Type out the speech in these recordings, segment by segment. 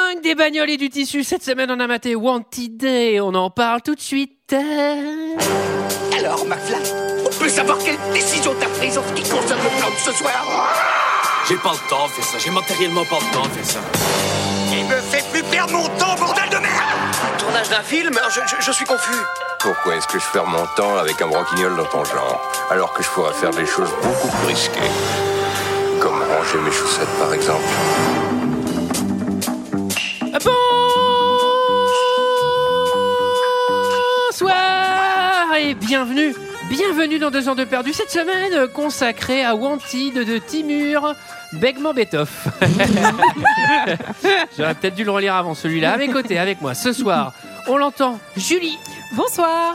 dingue des bagnoles et du tissu. Cette semaine, on a maté Wanted et on en parle tout de suite. Alors, McFly, on peut savoir quelle décision t'as prise en ce qui concerne le plan de ce soir? J'ai pas le temps de faire ça, j'ai matériellement pas le temps de faire ça. Il me fait plus perdre mon temps, bordel de merde! Tournage d'un film? Je suis confus. Pourquoi est-ce que je perds mon temps avec un broquignol dans ton genre, alors que je pourrais faire des choses beaucoup plus risquées? Comme ranger mes chaussettes, par exemple. Bonsoir et bienvenue dans 2 ans de perdu. Cette semaine consacrée à Wanted de Timur Bekmambetov. J'aurais peut-être dû le relire avant celui-là. À mes côtés, avec moi, ce soir, on l'entend, Julie. Bonsoir.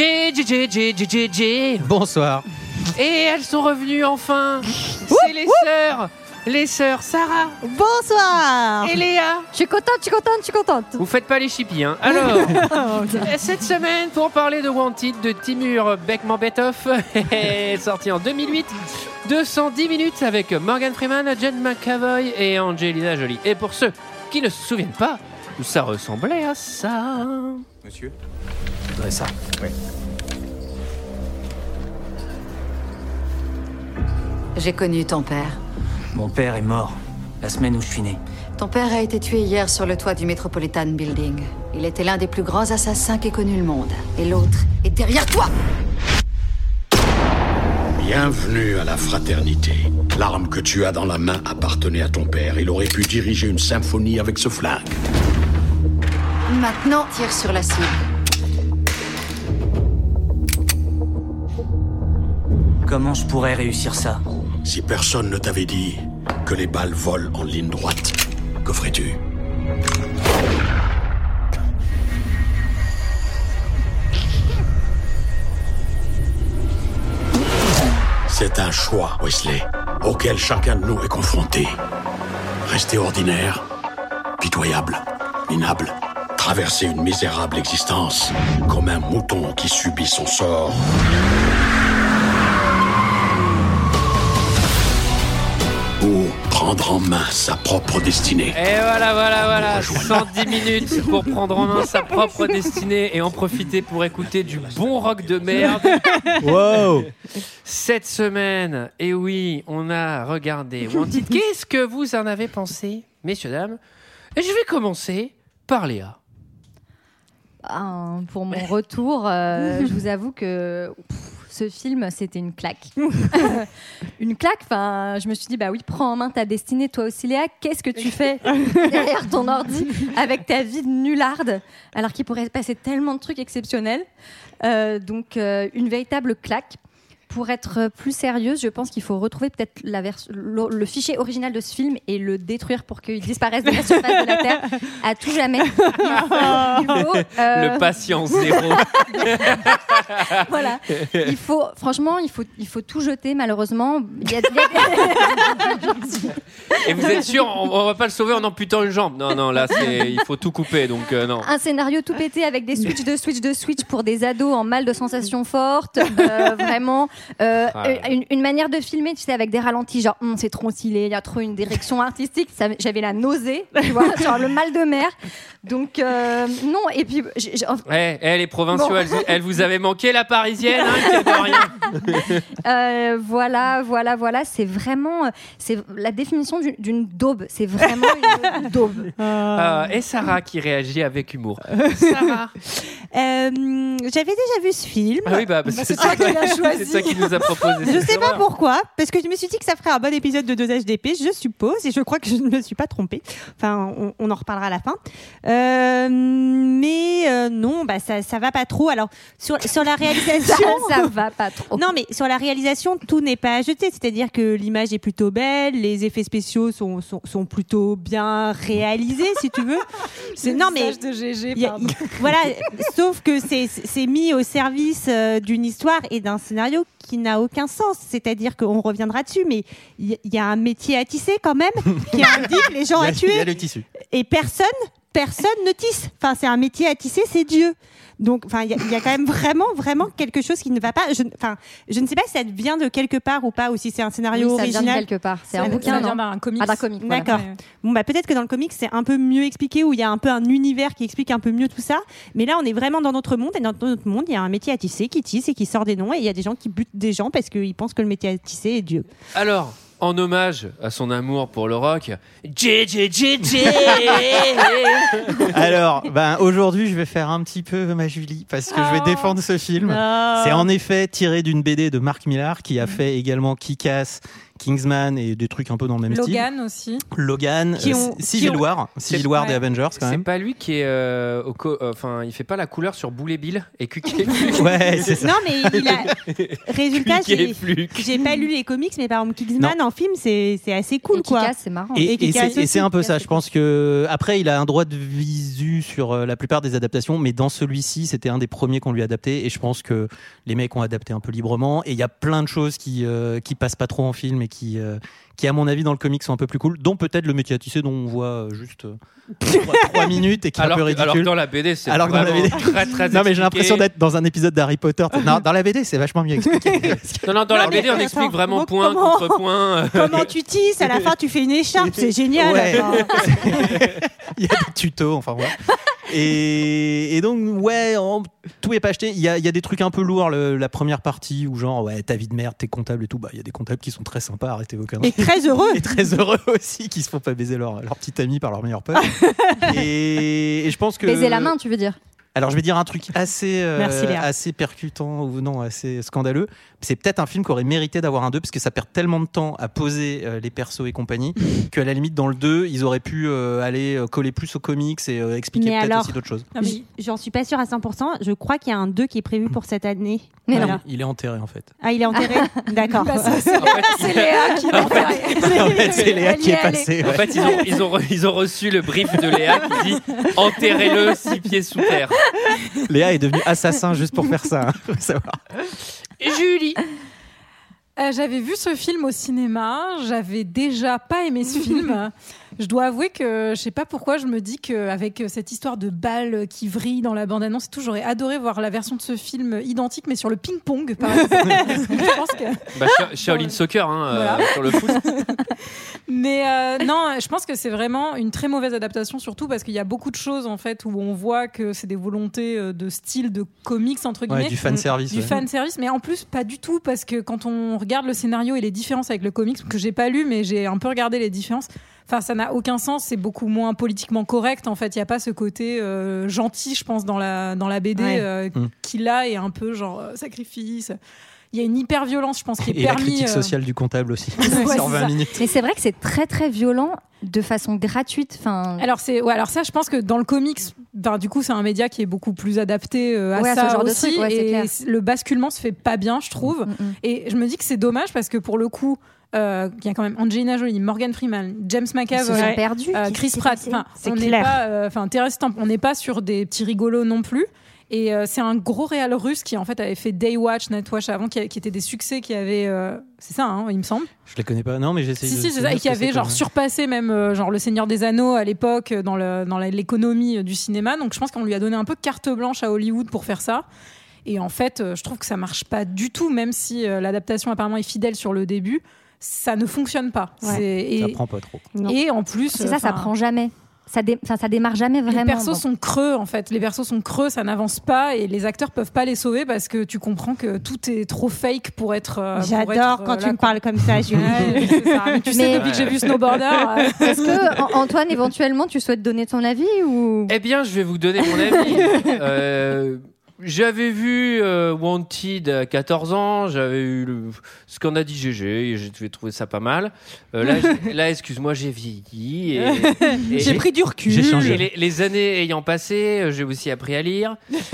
J. Bonsoir. Et elles sont revenues enfin. C'est les sœurs Sarah. Bonsoir. Et Léa. Je suis contente. Vous faites pas les chippies, hein. Alors, cette semaine, pour parler de Wanted de Timur Bekmambetov, sorti en 2008, 210 minutes avec Morgan Freeman, Jen McAvoy et Angelina Jolie. Et pour ceux qui ne se souviennent pas, ça ressemblait à ça. Monsieur, Je voudrais ça. Oui. J'ai connu ton père. Mon père est mort la semaine où je suis né. Ton père a été tué hier sur le toit du Metropolitan Building. Il était l'un des plus grands assassins qu'ait connu le monde. Et l'autre est derrière toi! Bienvenue à la fraternité. L'arme que tu as dans la main appartenait à ton père. Il aurait pu diriger une symphonie avec ce flingue. Maintenant, tire sur la cible. Comment je pourrais réussir ça? Si personne ne t'avait dit que les balles volent en ligne droite, que ferais-tu? C'est un choix, Wesley, auquel chacun de nous est confronté. Rester ordinaire, pitoyable, minable, traverser une misérable existence comme un mouton qui subit son sort. Ou prendre en main sa propre destinée. Et voilà, 110 minutes pour prendre en main sa propre destinée et en profiter pour écouter du bon rock de merde. Wow. Cette semaine, et oui, on a regardé Wanted. Qu'est-ce que vous en avez pensé, messieurs, dames? Et je vais commencer par Léa. Pour mon retour, je vous avoue que ce film, c'était une claque. Une claque, je me suis dit, bah oui, prends en main ta destinée, toi aussi Léa, qu'est-ce que tu fais derrière ton ordi avec ta vie de nullarde, alors qu'il pourrait se passer tellement de trucs exceptionnels. Donc, une véritable claque. Pour être plus sérieuse, je pense qu'il faut retrouver peut-être le fichier original de ce film et le détruire pour qu'il disparaisse de la surface de la Terre à tout jamais. Le patient zéro. Voilà. Il faut tout jeter, malheureusement. Et vous êtes sûr, on va pas le sauver en amputant une jambe? Non, là, il faut tout couper, donc non. Un scénario tout pété avec des switch pour des ados en mal de sensations fortes. Vraiment. Une manière de filmer, tu sais, avec des ralentis, genre c'est trop stylé, il y a trop une direction artistique. J'avais la nausée, tu vois, genre le mal de mer. Donc non, et puis les provinciaux, bon. elles vous avaient manqué, la parisienne, hein, de rien. Voilà, c'est vraiment la définition d'une daube. C'est vraiment une daube. Et Sarah qui réagit avec humour. Sarah, j'avais déjà vu ce film. Ah oui, c'est toi qui l'as choisi. C'est toi qui nous a proposé. Je sais pas pourquoi, parce que je me suis dit que ça ferait un bon épisode de 2HDP, je suppose, et je crois que je ne me suis pas trompée. Enfin, on en reparlera à la fin. Mais non, ça va pas trop. Alors sur la réalisation, ça va pas trop. Non, mais sur la réalisation, tout n'est pas à jeter. C'est-à-dire que l'image est plutôt belle, les effets spéciaux sont plutôt bien réalisés, si tu veux. Non, mais de GG. Voilà, sauf que c'est mis au service d'une histoire et d'un scénario qui n'a aucun sens. C'est-à-dire qu'on reviendra dessus, mais il y a un métier à tisser quand même qui indique les gens à tuer. Il y a le tissu. Et personne personne ne tisse. Enfin, c'est un métier à tisser, c'est Dieu. Donc, enfin, il y a quand même vraiment quelque chose qui ne va pas. Je ne sais pas si ça vient de quelque part ou pas, ou si c'est un scénario ça original. vient de quelque part. C'est un bouquin, ça vient non d'un comics. Ah, d'un comic. Voilà. D'accord. Bon, bah peut-être que dans le comics c'est un peu mieux expliqué, où il y a un peu un univers qui explique un peu mieux tout ça. Mais là, on est vraiment dans notre monde, et dans notre monde, il y a un métier à tisser qui tisse et qui sort des noms, et il y a des gens qui butent des gens parce qu'ils pensent que le métier à tisser est Dieu. Alors, en hommage à son amour pour le rock, Alors, aujourd'hui, je vais faire un petit peu ma Julie parce que je vais défendre ce film. C'est en effet tiré d'une BD de Mark Millar qui a fait également Kick-Ass, Kingsman et des trucs un peu dans le même style. Logan aussi. Logan, Civil War des Avengers quand même. C'est pas lui qui est il fait pas la couleur sur Boule et Bill et Quick et Fluke. Ouais, c'est ça. Non, mais il a. Résultat, Quick et Fluke. j'ai pas lu les comics, mais par exemple Kingsman en film, c'est assez cool, Et quoi. Kick-Ass, c'est marrant. Et c'est un peu ça. Je pense que après, il a un droit de visu sur la plupart des adaptations, mais dans celui-ci, c'était un des premiers qu'on lui a adapté, et je pense que les mecs ont adapté un peu librement. Et il y a plein de choses qui passent pas trop en film et qui à mon avis dans le comic sont un peu plus cool, dont peut-être le métier à tisser dont on voit juste 3 minutes et qui est un peu ridicule. Alors que dans la BD, c'est alors vraiment dans la BD, très non mais j'ai l'impression d'être dans un épisode d'Harry Potter. Non, dans la BD c'est vachement mieux expliqué. Non, dans la BD on explique vraiment point contre point. Comment tu tisses, à la fin tu fais une écharpe, c'est génial. Ouais. Il y a des tutos, enfin voilà. Et donc tout est pas acheté. Il y a des trucs un peu lourds, la première partie où genre ta vie de merde, t'es comptable et tout. Il y a des comptables qui sont très sympas, arrêtez vos conneries. Et très heureux. Et très heureux aussi, qui se font pas baiser leur petit ami par leur meilleur pote. et je pense que Baiser la main, tu veux dire? Alors je vais dire un truc assez Merci, percutant ou non, assez scandaleux. C'est peut-être un film qui aurait mérité d'avoir un 2 parce que ça perd tellement de temps à poser les persos et compagnie qu'à la limite dans le 2 ils auraient pu aller coller plus aux comics et expliquer peut-être aussi d'autres choses. J'en suis pas sûre à 100%. Je crois qu'il y a un 2 qui est prévu pour cette année. Mais voilà. non. Il est enterré en fait. Ah, il est enterré. D'accord. C'est Léa qui l'a enterré. En fait, c'est Léa qui est passée. En fait, ils ont reçu le brief de Léa qui dit enterrez-le 6 pieds sous terre. Léa est devenue assassin juste pour faire ça, faut savoir. Julie. J'avais vu ce film au cinéma, j'avais déjà pas aimé ce film. Je dois avouer que je sais pas pourquoi je me dis qu'avec cette histoire de balles qui vrillent dans la bande-annonce et tout, j'aurais adoré voir la version de ce film identique mais sur le ping-pong par exemple. Je pense que... Shaolin Soccer voilà. Sur le foot. Mais non, je pense que c'est vraiment une très mauvaise adaptation, surtout parce qu'il y a beaucoup de choses en fait où on voit que c'est des volontés de style de comics entre guillemets, du fan service. Du fan service, mais en plus pas du tout parce que quand on regarde le scénario et les différences avec le comics que j'ai pas lu, mais j'ai un peu regardé les différences. Enfin, ça n'a aucun sens. C'est beaucoup moins politiquement correct. En fait, il y a pas ce côté gentil, je pense, dans la BD qu'il a et un peu genre sacrifice. Il y a une hyper-violence, je pense, qui est permis. Et la critique sociale du comptable aussi, sur 20 minutes. Mais c'est vrai que c'est très, très violent de façon gratuite. Enfin... Alors ça, je pense que dans le comics, du coup, c'est un média qui est beaucoup plus adapté à ça ce genre aussi. De truc, et le basculement se fait pas bien, je trouve. Et je me dis que c'est dommage parce que pour le coup, il y a quand même Angelina Jolie, Morgan Freeman, James McAvoy, Chris Pratt. On n'est pas, Terrence Stamp. On n'est pas sur des petits rigolos non plus. Et c'est un gros réal russe qui en fait avait fait Daywatch, Nightwatch avant, qui étaient des succès qui avaient, c'est ça, il me semble. Je les connais pas, non, mais j'ai essayé. Si, c'est ça, et qui avait genre surpassé même genre Le Seigneur des Anneaux à l'époque dans l'économie du cinéma. Donc je pense qu'on lui a donné un peu carte blanche à Hollywood pour faire ça. Et en fait, je trouve que ça marche pas du tout, même si l'adaptation apparemment est fidèle sur le début, ça ne fonctionne pas. Ça prend pas trop. Et en plus, c'est ça prend jamais. Ça démarre jamais vraiment. Les persos sont creux en fait. Les persos sont creux, ça n'avance pas et les acteurs peuvent pas les sauver parce que tu comprends que tout est trop fake pour être. J'adore quand tu me parles comme ça, Julie. Tu sais, depuis que j'ai vu Snowboarder. Est-ce que Antoine, éventuellement, tu souhaites donner ton avis ou... Eh bien, je vais vous donner mon avis. J'avais vu Wanted à 14 ans, j'avais eu ce qu'on a dit GG, et j'ai trouvé ça pas mal. Là, excuse-moi, j'ai vieilli. Et j'ai pris du recul. J'ai changé. Les années ayant passé, j'ai aussi appris à lire.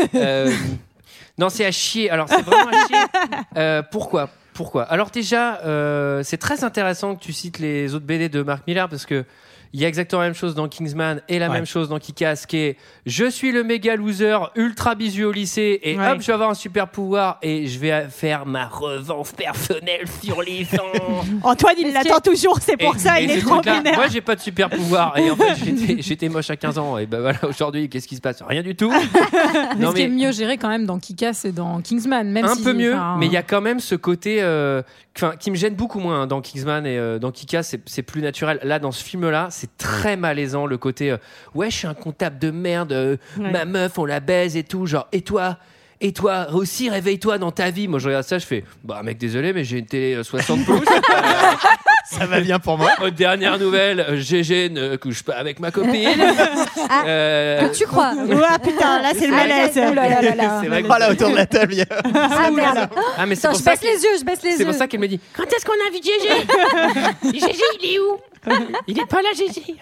Non, c'est à chier. Alors, c'est vraiment à chier. Pourquoi ? Alors déjà, c'est très intéressant que tu cites les autres BD de Mark Millar parce que Il y a exactement la même chose dans Kingsman et la même chose dans Kick-Ass, qui est je suis le méga loser, ultra bisu au lycée, et hop, je vais avoir un super pouvoir et je vais faire ma revanche personnelle sur les gens. Antoine, il l'attend toujours, c'est pour ça, il est trop vénère. Moi, j'ai pas de super pouvoir, et en fait, j'étais moche à 15 ans, et ben voilà, aujourd'hui, qu'est-ce qui se passe ? Rien du tout. Mais ce qui est mieux géré quand même dans Kick-Ass et dans Kingsman, même un peu mieux, mais il y a quand même ce côté qui me gêne beaucoup moins dans Kingsman et dans Kick-Ass, c'est plus naturel. Là, dans ce film-là, c'est très malaisant le côté ouais, je suis un comptable de merde, ma meuf, on la baise et tout, genre, et toi aussi, réveille-toi dans ta vie. Moi, je regarde ça, je fais bah mec, désolé, mais j'ai une télé 60 pouces. Ça va bien pour moi. Dernière nouvelle, GG ne couche pas avec ma copine. Tu crois? Ouais, putain, là c'est le malaise. C'est vrai que là autour de la table. Ah merde. Ah, mais c'est pour je ça baisse les yeux, je baisse les yeux. C'est pour ça qu'elle me dit quand est-ce qu'on invite GG? GG, il est où? Il est pas là, GG.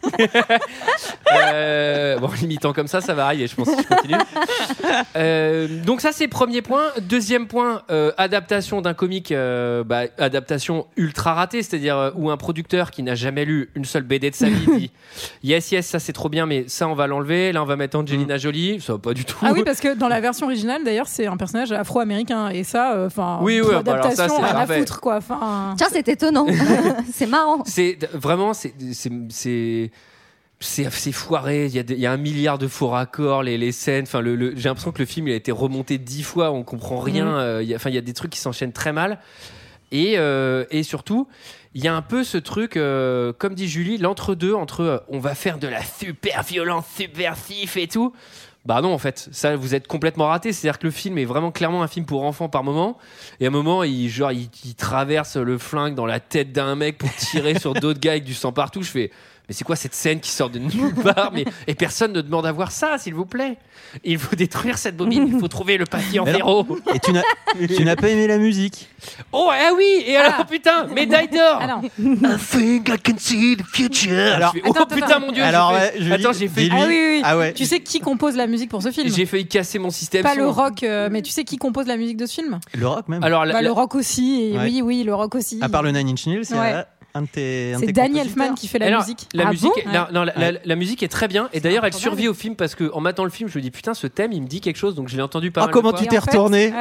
Bon, limitant comme ça va arriver, je pense, si je continue. Donc ça, c'est premier point. Deuxième point, adaptation d'un comic, adaptation ultra ratée, c'est-à-dire où un producteur qui n'a jamais lu une seule BD de sa vie dit yes, ça c'est trop bien, mais ça on va l'enlever. Là, on va mettre Angelina Jolie. Ça va pas du tout. Ah oui, parce que dans la version originale, d'ailleurs, c'est un personnage afro-américain, et ça, adaptation, rien à foutre, quoi. Tiens, c'est étonnant. C'est marrant. C'est vraiment, c'est foiré. Il y a un milliard de faux raccords, les scènes. Enfin, j'ai l'impression que le film il a été remonté 10 fois. On comprend rien. Il y a des trucs qui s'enchaînent très mal. Et surtout, il y a un peu ce truc, comme dit Julie, l'entre-deux entre on va faire de la super violence subversive et tout. Bah non, en fait, ça, vous êtes complètement raté. C'est-à-dire que le film est vraiment clairement un film pour enfants par moment. Et à un moment, il traverse le flingue dans la tête d'un mec pour tirer sur d'autres gars avec du sang partout. Je fais, mais c'est quoi cette scène qui sort de nulle part? Et personne ne demande à voir ça, s'il vous plaît. Il faut détruire cette bobine, il faut trouver le papier en ferro. Et tu n'as pas aimé la musique? Oh, oui, et alors, putain, médaille d'or. I think I can see the future. Alors, putain, mon Dieu. Alors, j'ai fait. Ah oui. Tu sais qui compose la musique pour ce film? J'ai failli casser mon système. Pas le rock, mais tu sais qui compose la musique de ce film? Le rock même. Alors, le rock aussi, et oui, le rock aussi. À part le Nine Inch Nails, c'est Danny Elfman qui fait la musique. La musique est très bien, et d'ailleurs elle survit au film, parce que en matant le film je me dis putain, ce thème il me dit quelque chose, donc je l'ai entendu pas mal comment de fois. tu t'es retourné?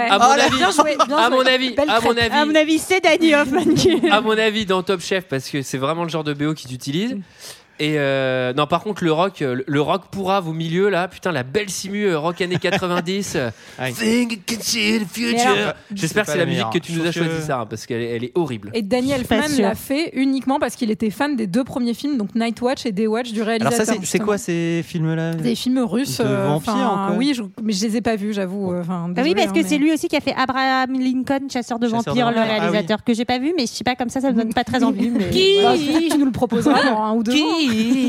À mon avis c'est Danny Elfman. À mon avis dans Top Chef, parce que c'est vraiment le genre de BO qu'ils utilisent. Et non, par contre le rock pourrave au milieu là, putain, la belle simu rock années 90. Think I can see the future. J'espère que c'est la musique que tu nous as choisi, Sarah, parce qu'elle est horrible. Et Danny Elfman l'a fait uniquement parce qu'il était fan des 2 premiers films, donc Night Watch et Day Watch du réalisateur. Alors ça, c'est quoi ces films-là? Des films russes. De vampires, oui, mais je les ai pas vus, j'avoue. Oui, parce que c'est lui aussi qui a fait Abraham Lincoln, chasseur de vampires, le réalisateur, que j'ai pas vu, mais je sais pas, comme ça me donne pas très envie. Mais... Tu nous le proposeras dans 1 ou 2 ans.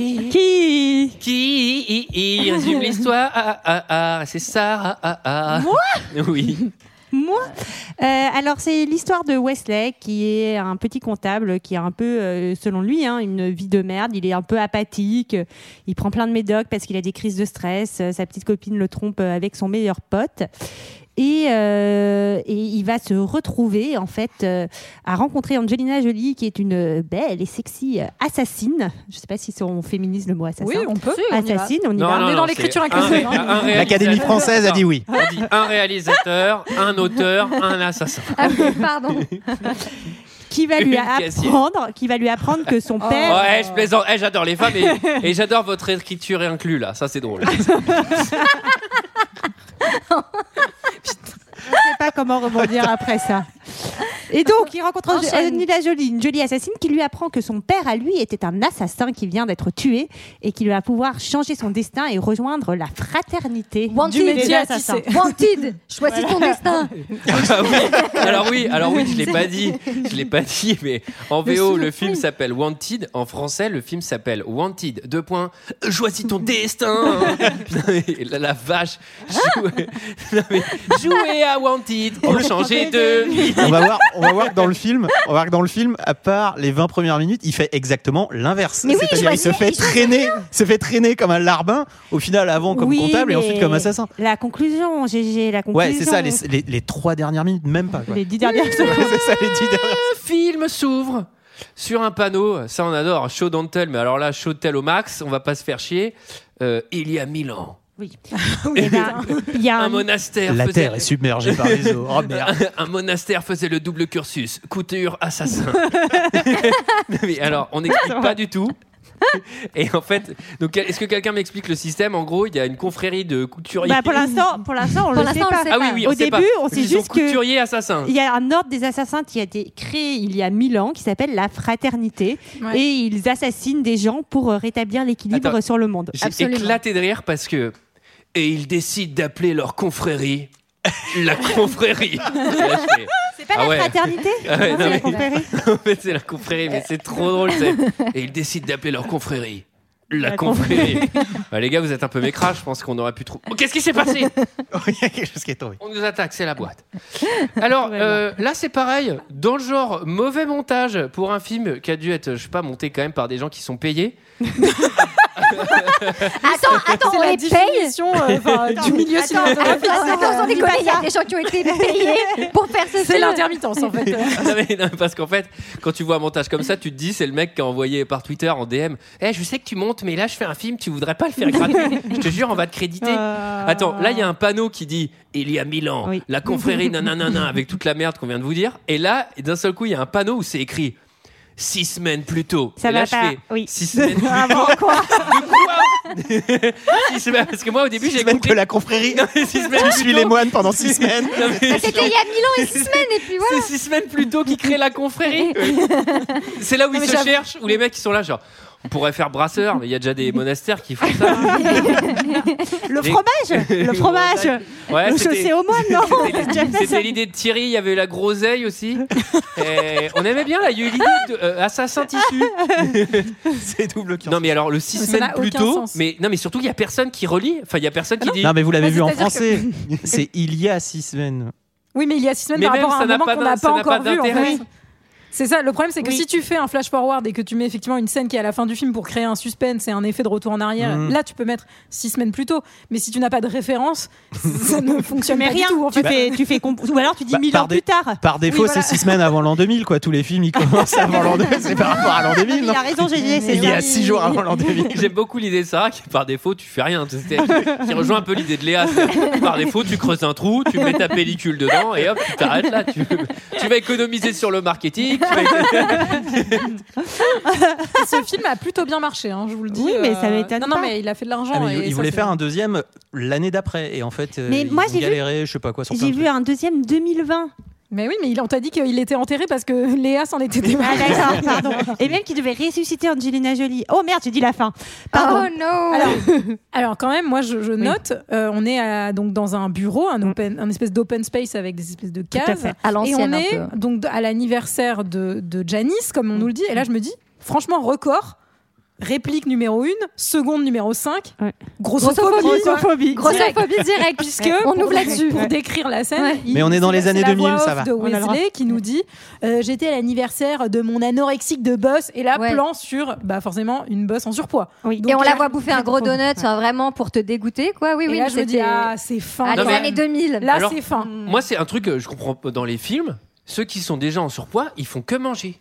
Qui résume l'histoire? C'est ça. Moi? Oui. Moi alors c'est l'histoire de Wesley, qui est un petit comptable qui a un peu, selon lui, une vie de merde. Il est un peu apathique, il prend plein de médocs parce qu'il a des crises de stress, sa petite copine le trompe avec son meilleur pote. Et il va se retrouver en fait à rencontrer Angelina Jolie, qui est une belle et sexy assassine. Je sais pas si on féminise le mot assassin. Oui, on peut. Assassine, on y va. On est dans l'écriture inclusive. L'Académie française a dit oui. On dit un réalisateur, un auteur, un assassin. Pardon. Qui va lui apprendre que son père... Ouais, je plaisante. J'adore les femmes et j'adore votre écriture inclus là. Ça, c'est drôle. Je sais pas comment rebondir après ça. Et donc, il rencontre Angelina Jolie, une jolie assassine, qui lui apprend que son père, à lui, était un assassin qui vient d'être tué et qui va pouvoir changer son destin et rejoindre la fraternité du métier assassin. Wanted, choisis ton destin. Alors oui, je l'ai pas dit, mais en VO, le film s'appelle Wanted. En français, le film s'appelle Wanted. Choisis ton destin. La vache. Jouer à Wanted pour changer de vie. On va voir que dans le film, à part les 20 premières minutes, il fait exactement l'inverse. C'est-à-dire, il se fait traîner comme un larbin, au final avant comme comptable et ensuite comme assassin. La conclusion, GG, la conclusion. Ouais, c'est ça, les 3 dernières minutes, même pas. Quoi. Les 10 dernières secondes. C'est ça, les 10 dernières. Le film s'ouvre Sur un panneau, ça on adore, show don't tell, mais alors là, show tell au max, on va pas se faire chier. Il y a 1000 ans. Oui. Il y a un monastère. La terre est submergée par les eaux. Oh merde. Un monastère faisait le double cursus, couture, assassin. Mais alors, on n'explique pas du tout. Et en fait, donc, est-ce que quelqu'un m'explique le système? En gros, il y a une confrérie de couturiers. Pour l'instant, on le sait pas. Ah oui, au début, on sait juste que couturiers assassins. Il y a un ordre des assassins qui a été créé il y a 1000 ans, qui s'appelle la Fraternité, et ils assassinent des gens pour rétablir l'équilibre sur le monde. J'ai éclaté de rire parce que ils décident d'appeler leur confrérie la confrérie. C'est pas la fraternité, c'est la confrérie. En fait, c'est la confrérie, mais c'est trop drôle. Et ils décident d'appeler leur confrérie la confrérie. Les gars, vous êtes un peu mécras, je pense qu'on aurait pu trouver. Oh, qu'est-ce qui s'est passé? Il y a quelque chose qui est tombé. On nous attaque, c'est la boîte. Alors, là, c'est pareil. Dans le genre mauvais montage pour un film qui a dû être, je sais pas, monté quand même par des gens qui sont payés. Attends, on les paye du milieu cinématographique. Attends, il y a des gens qui ont été payés pour faire ce film. C'est l'intermittence en fait. Non, parce qu'en fait, quand tu vois un montage comme ça, tu te dis, c'est le mec qui a envoyé par Twitter en DM. Je sais que tu montes, mais là, je fais un film, tu voudrais pas le faire gratuit? Je te jure, on va te créditer. Attends, là, il y a un panneau qui dit il y a 1000 ans, la confrérie, nanana, avec toute la merde qu'on vient de vous dire. Et là, d'un seul coup, il y a un panneau où c'est écrit 6 semaines plus tôt. Ça et là, va je pas. fais 6 semaines plus tôt. Quoi 6 semaines, parce que moi, au début, j'ai compris compris que la confrérie. Non, 6 semaines Tu suis les moines pendant 6 semaines. C'était il y a 1000 ans et 6 semaines, et puis voilà. C'est 6 semaines plus tôt qu'ils créent la confrérie. C'est là où ils se cherchent, où les mecs qui sont là, genre. On pourrait faire brasseur, mais il y a déjà des monastères qui font ça. Le fromage. Ouais, c'est au moine, non? C'était l'idée de Thierry. Il y avait la groseille aussi. Et on aimait bien là. Il y a eu l'idée de assassin tissu. C'est double cursus. Non mais alors le 6 semaines plus tôt. Mais non mais surtout il y a personne qui relit. Enfin il y a personne qui dit. Non mais vous l'avez vu en français. C'est il y a 6 semaines. Oui mais il y a 6 semaines par rapport à un moment qu'on n'a pas encore vu en fait. C'est ça, le problème c'est que si tu fais un flash forward et que tu mets effectivement une scène qui est à la fin du film pour créer un suspense et un effet de retour en arrière, là tu peux mettre 6 semaines plus tôt. Mais si tu n'as pas de référence, ça ne fonctionne pas du tout. En fait. Ou alors tu dis 1000 ans plus tard. Par défaut, c'est 6 semaines avant l'an 2000, quoi. Tous les films ils commencent avant l'an 2000, c'est par rapport à l'an 2000. Il a raison, GG. Il y a 6 jours avant l'an 2000. J'aime beaucoup l'idée de Sarah qui par défaut tu fais rien. Qui rejoint un peu l'idée de Léa. Par défaut tu creuses un trou, tu mets ta pellicule dedans et hop tu t'arrêtes là. Tu vas économiser sur le marketing. Ce film a plutôt bien marché, hein, je vous le dis. Oui, mais ça m'étonne pas. Non, mais il a fait de l'argent. Il voulait faire un deuxième l'année d'après et en fait mais moi, ils ont galéré, je sais pas quoi. J'ai vu un deuxième 2020. Mais oui, mais on t'a dit qu'il était enterré parce que Léa s'en était débarrassée. Ah d'accord, pardon. Et même qu'il devait ressusciter Angelina Jolie. Oh merde, j'ai dit la fin. Pardon. Oh non. Alors quand même, moi je note, on est donc dans un bureau, un espèce d'open space avec des espèces de cases. À l'ancienne, et on est donc à l'anniversaire de Janice, comme on nous le dit. Et là, je me dis, franchement, record. Réplique numéro 1, seconde numéro 5, grossophobie direct, puisque on ouvre là-dessus. Pour décrire la scène. Mais on est dans les années 2000, ça va. De Wesley qui nous dit j'étais à l'anniversaire de mon anorexique de boss, et là, plan sur forcément une boss en surpoids. Oui. Donc, et on la voit bouffer un gros donut, vraiment pour te dégoûter, quoi. Oui, et là, je me dis, c'est fin. Les années 2000. Là, c'est fin. Moi, c'est un truc que je comprends dans les films. Ceux qui sont déjà en surpoids, ils font que manger.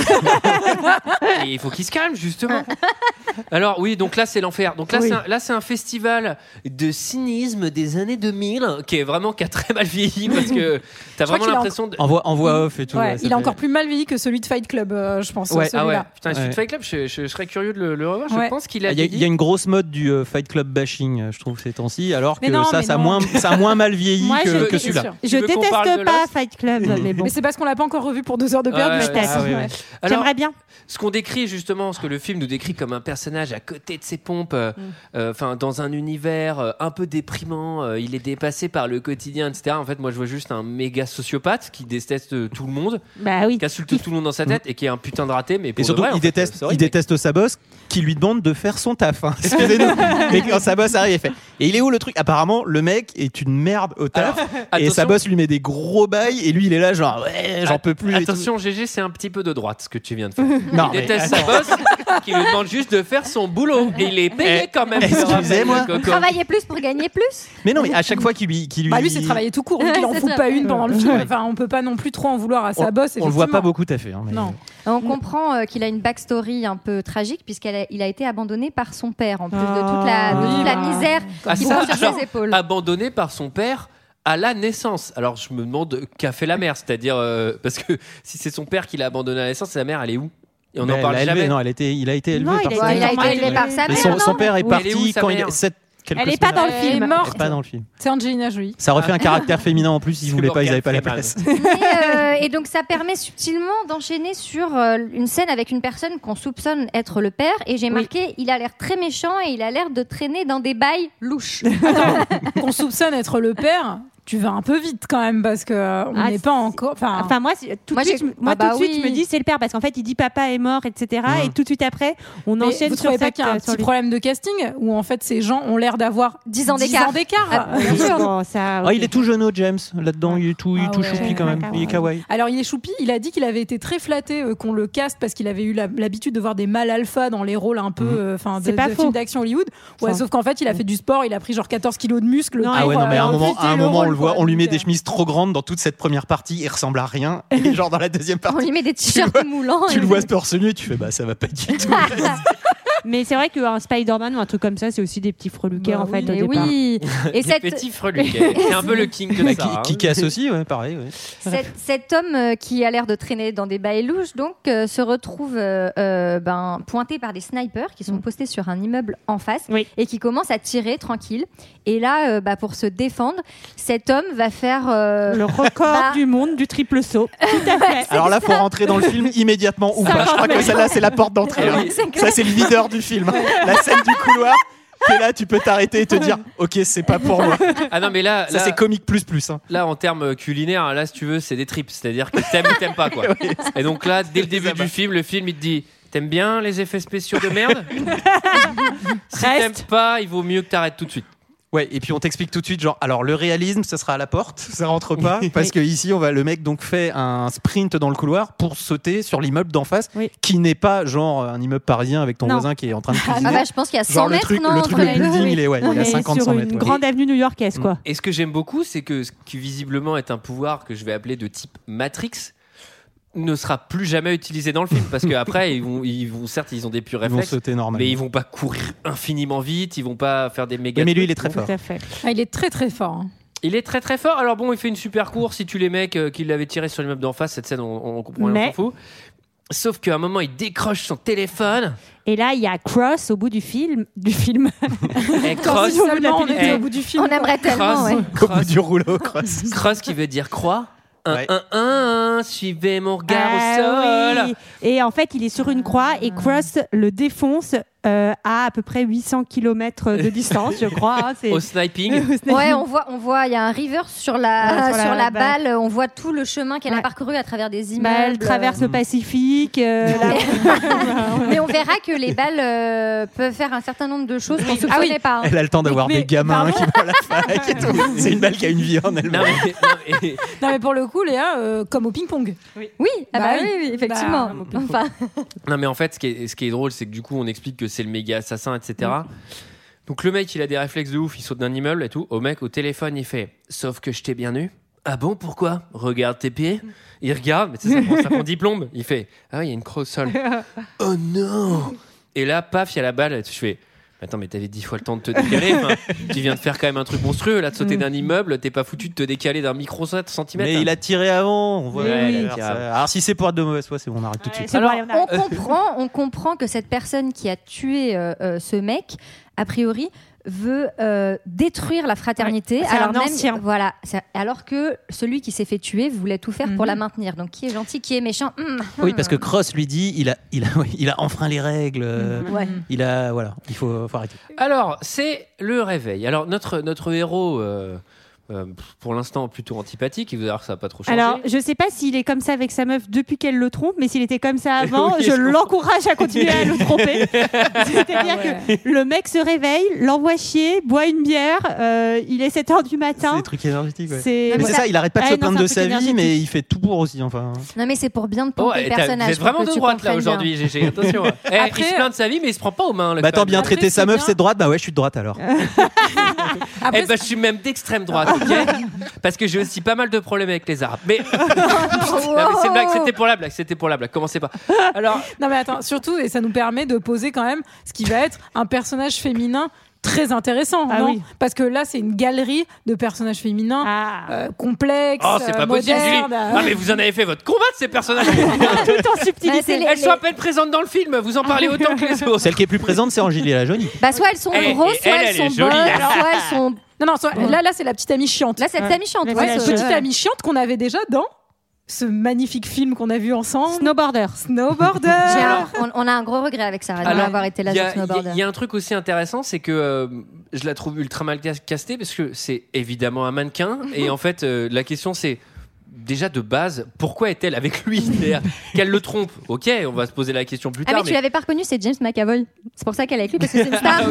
Et il faut qu'ils se calment, justement. Alors oui, donc là c'est l'enfer. Donc là, c'est un festival de cynisme des années 2000 qui a très mal vieilli parce que t'as vraiment l'impression en voix off et tout. Il est encore plus mal vieilli que celui de Fight Club, je pense. Putain, celui de Fight Club, je serais curieux de le revoir. Je pense qu'il a. Il y a une grosse mode du Fight Club bashing, je trouve, ces temps-ci, alors que ça a moins mal vieilli que celui-là. Je déteste pas Fight Club, mais bon. Mais c'est parce qu'on l'a pas encore revu pour 2 heures de perdu, J'aimerais bien. Ce qu'on décrit justement, ce que le film nous décrit comme un personnage à côté de ses pompes, dans un univers un peu déprimant, il est dépassé par le quotidien, etc. En fait, moi, je vois juste un méga sociopathe qui déteste tout le monde, qui insulte tout le monde dans sa tête et qui est un putain de raté. Mais et surtout, il déteste sa boss qui lui demande de faire son taf. Hein. Excusez-nous. Mais quand sa boss arrive, il fait. Et il est où le truc? Apparemment, le mec est une merde au taf. Et sa boss lui met des gros bails et lui, il est là genre j'en peux plus. Attention, GG, c'est un petit peu de droite ce que tu viens de faire. Non, il déteste sa boss qui lui demande juste de faire son boulot et il est payé quand même. Excusez-moi. Travailler plus pour gagner plus. Mais non, mais à chaque fois qu'il lui lui c'est travailler tout court. Il en fout pas une pendant le film. Enfin, on peut pas non plus trop en vouloir à sa boss. On le voit pas beaucoup taffer. Hein, mais... Non. On comprend qu'il a une backstory un peu tragique puisqu'il a été abandonné par son père en plus de toute la misère qui porte sur ses épaules. Abandonné par son père à la naissance. Alors je me demande qu'a fait la mère, c'est-à-dire parce que si c'est son père qui l'a abandonné à la naissance, la mère elle est où? Et on n'en parle jamais. Non, il a été élevé par sa mère. Son père est parti quand il y a Elle n'est pas dans le film. Elle est morte. Pas dans le film. C'est Angelina Jolie. Ça refait un caractère féminin en plus. Ils n'avaient pas la place. Et donc ça permet subtilement d'enchaîner sur une scène avec une personne qu'on soupçonne être le père. Et j'ai marqué, il a l'air très méchant et il a l'air de traîner dans des bails louches. Qu'on soupçonne être le père. Tu vas un peu vite quand même parce que on n'est pas encore. Enfin moi tout de suite je me dis c'est le père parce qu'en fait il dit papa est mort etc. Et tout de suite après on enchaîne vous sur trouvez pas qu'il y a un petit problème de casting où en fait ces gens ont l'air d'avoir 10 ans d'écart. Bien sûr. Il est tout jeune James là-dedans, il est tout choupi quand même, il est kawaii. Alors il est choupi, il a dit qu'il avait été très flatté qu'on le caste parce qu'il avait eu l'habitude de voir des mâles alpha dans les rôles un peu de films d'action Hollywood. Ouais, sauf qu'en fait il a fait du sport, il a pris genre 14 kilos de muscles. Ah ouais non mais à un moment on le voit, on lui met des chemises trop grandes dans toute cette première partie, il ressemble à rien. Et genre dans la deuxième partie, on lui met des t-shirts moulants. Tu le vois torse nu et tu fais ça va pas du tout. Mais c'est vrai qu'un Spider-Man ou un truc comme ça, c'est aussi des petits freluquets en fait au départ. Oui. Et des petits freluquets. C'est un peu le king de ça. Qui casse aussi, ouais, pareil. Ouais. Cet homme qui a l'air de traîner dans des bails louches, donc se retrouve pointé par des snipers qui sont postés sur un immeuble en face et qui commencent à tirer tranquille. Et là, pour se défendre, cet homme va faire le record du monde du triple saut. Tout à fait. Alors là, faut rentrer dans le film immédiatement ou pas. Je crois que celle-là, c'est la porte d'entrée. Ça, c'est le leader du film. La scène du couloir. Et là, tu peux t'arrêter et te dire, ok, c'est pas pour moi. Ah non, mais là, c'est comique plus. Hein. Là, en termes culinaires, là, si tu veux, c'est des tripes. C'est-à-dire que t'aimes ou t'aimes pas, quoi. Et donc là, dès le début du film, le film, il te dit, t'aimes bien les effets spéciaux de merde? Si t'aimes pas, il vaut mieux que t'arrêtes tout de suite. Ouais, et puis on t'explique tout de suite, genre, alors le réalisme, ça sera à la porte, ça rentre pas, parce que ici, le mec donc fait un sprint dans le couloir pour sauter sur l'immeuble d'en face, qui n'est pas genre un immeuble parisien avec ton voisin qui est en train de cuisiner. Je pense qu'il y a 100 mètres, le truc, le building, il est à 50 sur mètres. Une grande avenue new-yorkaise, quoi. Et ce que j'aime beaucoup, c'est que ce qui visiblement est un pouvoir que je vais appeler de type Matrix, ne sera plus jamais utilisé dans le film parce qu'après ils vont certes ils ont des purs réflexes, mais ils vont pas courir infiniment vite, ils vont pas faire des méga. Mais lui il est très fort. Il est très très fort. Hein. Il est très très fort. Alors bon, il fait une super course. Si tu les mecs qui l'avaient tiré sur l'immeuble d'en face, cette scène on comprend rien, on s'en fout. Sauf qu'à un moment il décroche son téléphone. Et là il y a Cross au bout du film. Et Cross au bout du film. On aimerait tellement. Au bout du rouleau, Cross. Cross qui veut dire croix. Suivez mon regard au sol. Oui. Et en fait, il est sur une croix et Cross le défonce à peu près 800 km de distance, je crois. Au sniping. Ouais, on voit, il y a un reverse sur la balle. On voit tout le chemin qu'elle a parcouru à travers des immeubles. Elle traverse le Pacifique. Mais on verra que les balles peuvent faire un certain nombre de choses qu'on ne soupçonnait pas. Elle a le temps d'avoir des gamins qui vont à la fac et tout. C'est une balle qui a une vie en elle-même. Non, mais pour le coup, Léa, comme au ping-pong. Oui, effectivement. Non, mais en fait, ce qui est drôle, c'est que du coup, on explique que c'est le méga assassin, etc. Donc le mec, il a des réflexes de ouf, il saute d'un immeuble et tout. Au mec, au téléphone, il fait « Sauf que je t'ai bien eu ». Ah bon, pourquoi? Regarde tes pieds. Il regarde, mais ça prend 10 plombes. Il fait « Ah, il y a une croix au sol. » Oh non. Et là, paf, il y a la balle. Je fais « Attends, mais t'avais 10 fois le temps de te décaler. Tu viens de faire quand même un truc monstrueux, là, de sauter d'un immeuble. T'es pas foutu de te décaler d'un micro-centimètre. Mais il a tiré avant. On voit. Alors si c'est pour être de mauvaise foi, c'est bon, on arrête tout de suite. Alors, on comprend que cette personne qui a tué ce mec, a priori, veut détruire la fraternité, alors que celui qui s'est fait tuer voulait tout faire pour la maintenir. Donc qui est gentil, qui est méchant. Oui, parce que Cross lui dit il a enfreint les règles. Il faut arrêter. Alors c'est le réveil. Alors notre héros. Pour l'instant plutôt antipathique, il veut dire que ça n'a pas trop changé. Alors, je sais pas s'il est comme ça avec sa meuf depuis qu'elle le trompe, mais s'il était comme ça avant, je l'encourage à continuer à le tromper. C'est-à-dire que le mec se réveille, l'envoie chier, boit une bière, il est 7h du matin. C'est des trucs énergétiques, Mais c'est ça, il arrête pas de se plaindre de sa vie, mais il fait tout pour aussi. Enfin. Non, mais c'est pour bien te pomper le personnage. Vous êtes vraiment de droite là aujourd'hui, GG. Attention. Il se plaint de sa vie, mais il se prend pas aux mains. Attends, bien traiter sa meuf, c'est de droite. Bah ouais, je suis de droite alors. Eh ben, je suis même d'extrême droite, ok? Parce que j'ai aussi pas mal de problèmes avec les Arabes. Mais, non, mais c'est une blague, c'était pour la blague. Commencez pas. Alors, non mais attends, surtout, et ça nous permet de poser quand même ce qui va être un personnage féminin très intéressant, non? Oui. Parce que là, c'est une galerie de personnages féminins complexes, oh, c'est pas possible, Julie. Ah, mais vous en avez fait votre combat de ces personnages. Tout en subtilité. Elles sont à peine présentes dans le film. Vous en parlez autant que les autres. Celle qui est plus présente, c'est Angelina Jolie. Bah, soit elles sont grosses, soit elles sont bonnes, soit elles sont. Non, là, c'est la petite amie chiante. Là, c'est la petite amie chiante. Ouais, cette petite amie chiante qu'on avait déjà dans ce magnifique film qu'on a vu ensemble. Snowboarder. On a un gros regret avec Sarah de n'avoir été là sur Snowboarder. Il y a un truc aussi intéressant, c'est que je la trouve ultra mal castée parce que c'est évidemment un mannequin. Et en fait, la question c'est déjà de base, pourquoi est-elle avec lui? Qu'elle le trompe. Ok, on va se poser la question plus tard. Mais tu l'avais pas reconnu, c'est James McAvoy. C'est pour ça qu'elle est avec lui, parce que c'est une star.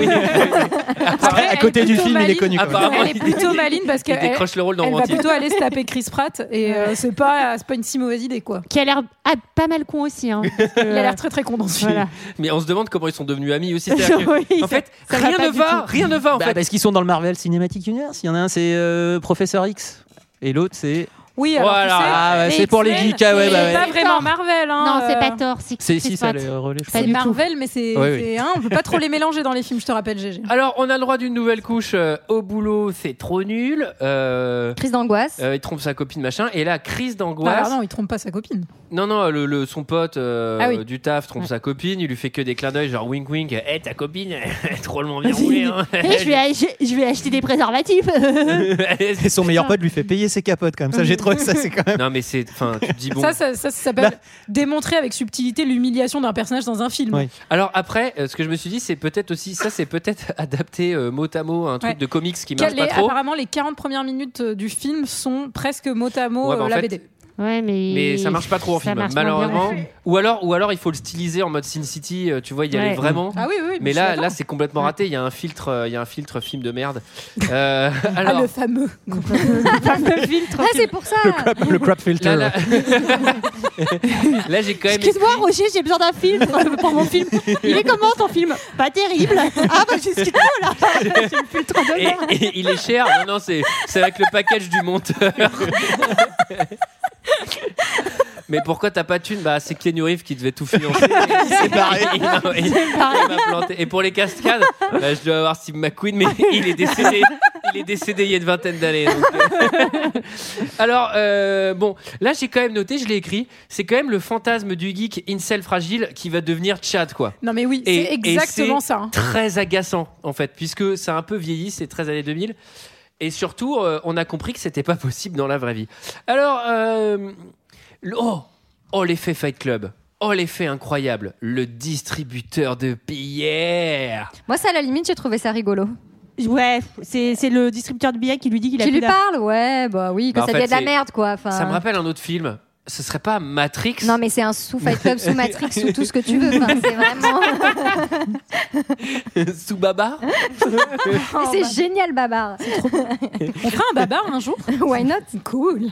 Après, à côté du film, il est connu. Elle est plutôt maline parce qu'elle décroche le rôle dans elle va plutôt aller se taper Chris Pratt et c'est pas une si mauvaise idée, quoi. Qui a l'air pas mal con aussi. Hein, il a l'air très très con dans ce film. Mais on se demande comment ils sont devenus amis aussi. En fait, rien ne va en fait. Parce qu'ils sont dans le Marvel Cinematic Universe. Il y en a un, c'est Professeur X, et l'autre, c'est. Oui, alors voilà. C'est pour les geeks. C'est pas vraiment Marvel. Hein, non, c'est pas Thor. Si, ça les relais. C'est Marvel, mais c'est on peut pas trop les mélanger dans les films, je te rappelle, GG. Alors, on a le droit d'une nouvelle couche au boulot, c'est trop nul. Crise d'angoisse. Il trompe sa copine, machin. Et là, crise d'angoisse. Non, il trompe pas sa copine. Non, son pote du taf trompe sa copine. Il lui fait que des clins d'œil, genre wink wink. Ta copine, elle est drôlement bien roulée. Hein. Je vais acheter des préservatifs. Et son meilleur pote lui fait payer ses capotes, quand même. Ça, j'ai trouvé ça, c'est quand même. Non, mais tu te dis bon. Ça s'appelle démontrer avec subtilité l'humiliation d'un personnage dans un film. Oui. Alors après, ce que je me suis dit, c'est peut-être aussi, ça c'est peut-être adapté mot à mot un truc de comics qui marche pas trop. Apparemment, les 40 premières minutes du film sont presque mot à mot la BD. Ouais, mais ça marche pas trop en film, malheureusement. Ou alors il faut le styliser en mode Sin City, tu vois, y aller vraiment. Ah oui, mais là c'est complètement raté. Il y a un filtre film de merde. Alors... le fameux filtre. Ah, c'est pour ça. Le crap filter. Là, j'ai quand même. Excuse-moi, Roger, j'ai besoin d'un filtre pour mon film. Il est comment ton film? Pas terrible. Ah bah j'ai ce qu'il faut là. J'ai le filtre de merde. Et il est cher. Non, c'est avec le package du monteur. Mais pourquoi t'as pas de thune? Bah, c'est Keanu Reeves qui devait tout financer. C'est pareil. Il m'a planté. Et pour les cascades, je dois avoir Steve McQueen, mais il est décédé. Il est décédé il y a une vingtaine d'années. Alors, bon, là j'ai quand même noté, je l'ai écrit, c'est quand même le fantasme du geek incel fragile qui va devenir Chad, quoi. Non mais oui, c'est exactement ça. Hein. Très agaçant, en fait, puisque c'est un peu vieilli, c'est 13 années 2000. Et surtout, on a compris que c'était pas possible dans la vraie vie. Alors, l'effet Fight Club. Oh, l'effet incroyable. Le distributeur de billets. Moi, ça, à la limite, j'ai trouvé ça rigolo. Ouais, c'est le distributeur de billets qui lui dit qu'il a lui parle, ouais, bah oui, que ça devient de la merde, quoi. Enfin... Ça me rappelle un autre film. Ce serait pas Matrix? Non, mais c'est un sous Fight Club, sous Matrix, sous tout ce que tu veux. Enfin, c'est vraiment. Sous Babar? C'est génial, Babar. C'est trop cool. On fera un Babar un jour? Why not? Cool.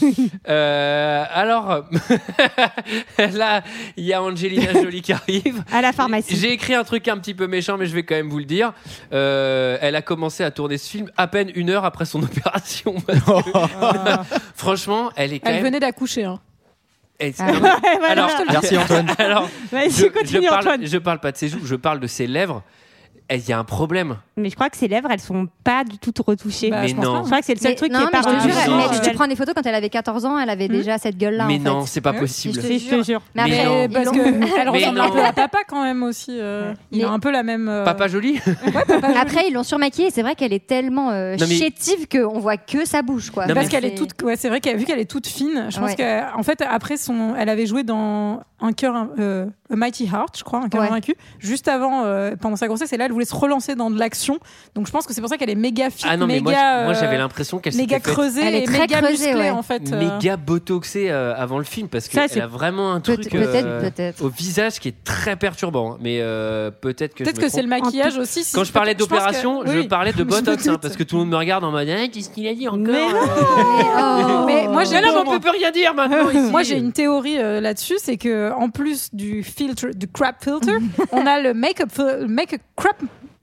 Alors, là, il y a Angelina Jolie qui arrive. À la pharmacie. J'ai écrit un truc un petit peu méchant, mais je vais quand même vous le dire. Elle a commencé à tourner ce film à peine 1 heure après son opération. Franchement, elle est quand même. Elle venait d'accoucher, hein. Alors, merci Antoine. Alors, Antoine. Je parle pas de ses joues, je parle de ses lèvres. Il y a un problème. Mais je crois que ses lèvres, elles sont pas du tout retouchées. Bah, mais non. Je crois que c'est le seul truc qui est pas retouché. Tu prends des photos quand elle avait 14 ans, elle avait déjà cette gueule-là. Mais non, c'est pas possible. Je te jure. Mais après, parce qu'elle ressemble un peu à papa quand même aussi. Il a un peu la même. Papa Jolie. Après, ils l'ont surmaquillée. C'est vrai qu'elle est tellement chétive qu'on voit que sa bouche, quoi. Parce qu'elle est toute. Ouais, c'est vrai vu qu'elle est toute fine. Je pense qu'en fait, après elle avait joué dans Un cœur, A Mighty Heart, je crois, Un cœur invaincu. Juste avant, pendant sa grossesse, et là, elle voulait se relancer dans de l'action. Donc je pense que c'est pour ça qu'elle est méga fit, méga. Moi j'avais l'impression qu'elle méga s'était creusée, elle est et très méga creusée, musclée en fait. Méga botoxée avant le film parce qu'elle a vraiment un truc peut-être. au visage qui est très perturbant. Mais peut-être que c'est le maquillage aussi. Quand je parlais d'opération, je parlais de botox parce que tout le monde me regarde en mode qu'est-ce qu'il a dit encore? Mais moi on peut rien dire maintenant. Moi j'ai une théorie là-dessus, c'est que en plus du filtre, du crap filter, on a le make-up crap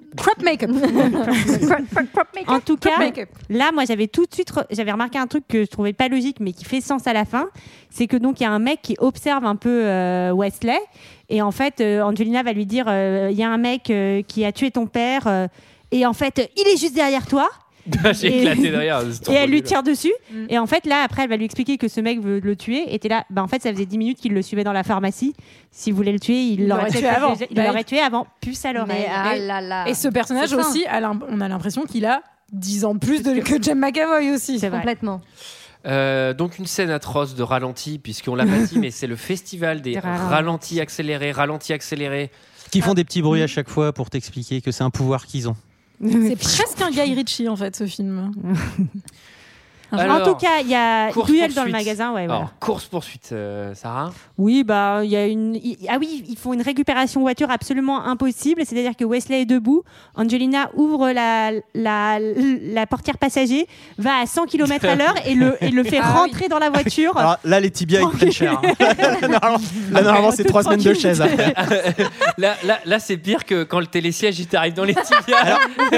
Crop make-up. En tout cas, là, moi, j'avais tout de suite, j'avais remarqué un truc que je trouvais pas logique, mais qui fait sens à la fin. C'est que donc il y a un mec qui observe un peu Wesley, et en fait, Angelina va lui dire, il y a un mec qui a tué ton père, et en fait, il est juste derrière toi. J'ai éclaté derrière. Et elle lui tire dessus. Et en fait, là, après, elle va lui expliquer que ce mec veut le tuer. Et t'es là, en fait, ça faisait 10 minutes qu'il le suivait dans la pharmacie. S'il voulait le tuer, il l'aurait tué avant. Il l'aurait tué avant, puce à l'oreille. Et ce personnage aussi, on a l'impression qu'il a 10 ans plus que James McAvoy aussi. C'est complètement. Donc une scène atroce de ralenti, puisqu'on l'a pas dit, mais c'est le festival des ralentis accélérés. Qui font des petits bruits à chaque fois pour t'expliquer que c'est un pouvoir qu'ils ont. C'est presque un Guy Ritchie en fait ce film. Alors, en tout cas, il y a duel dans le magasin. Ouais, voilà. Course-poursuite, Sarah. Oui, bah, il y a ils font une récupération voiture absolument impossible. C'est-à-dire que Wesley est debout, Angelina ouvre la portière passager, va à 100 km à l'heure et le fait rentrer dans la voiture. Alors là, les tibias, ils prennent cher. Normalement, c'est 3 semaines de chaise. Là, c'est pire que quand le télésiège il t'arrive dans les tibias.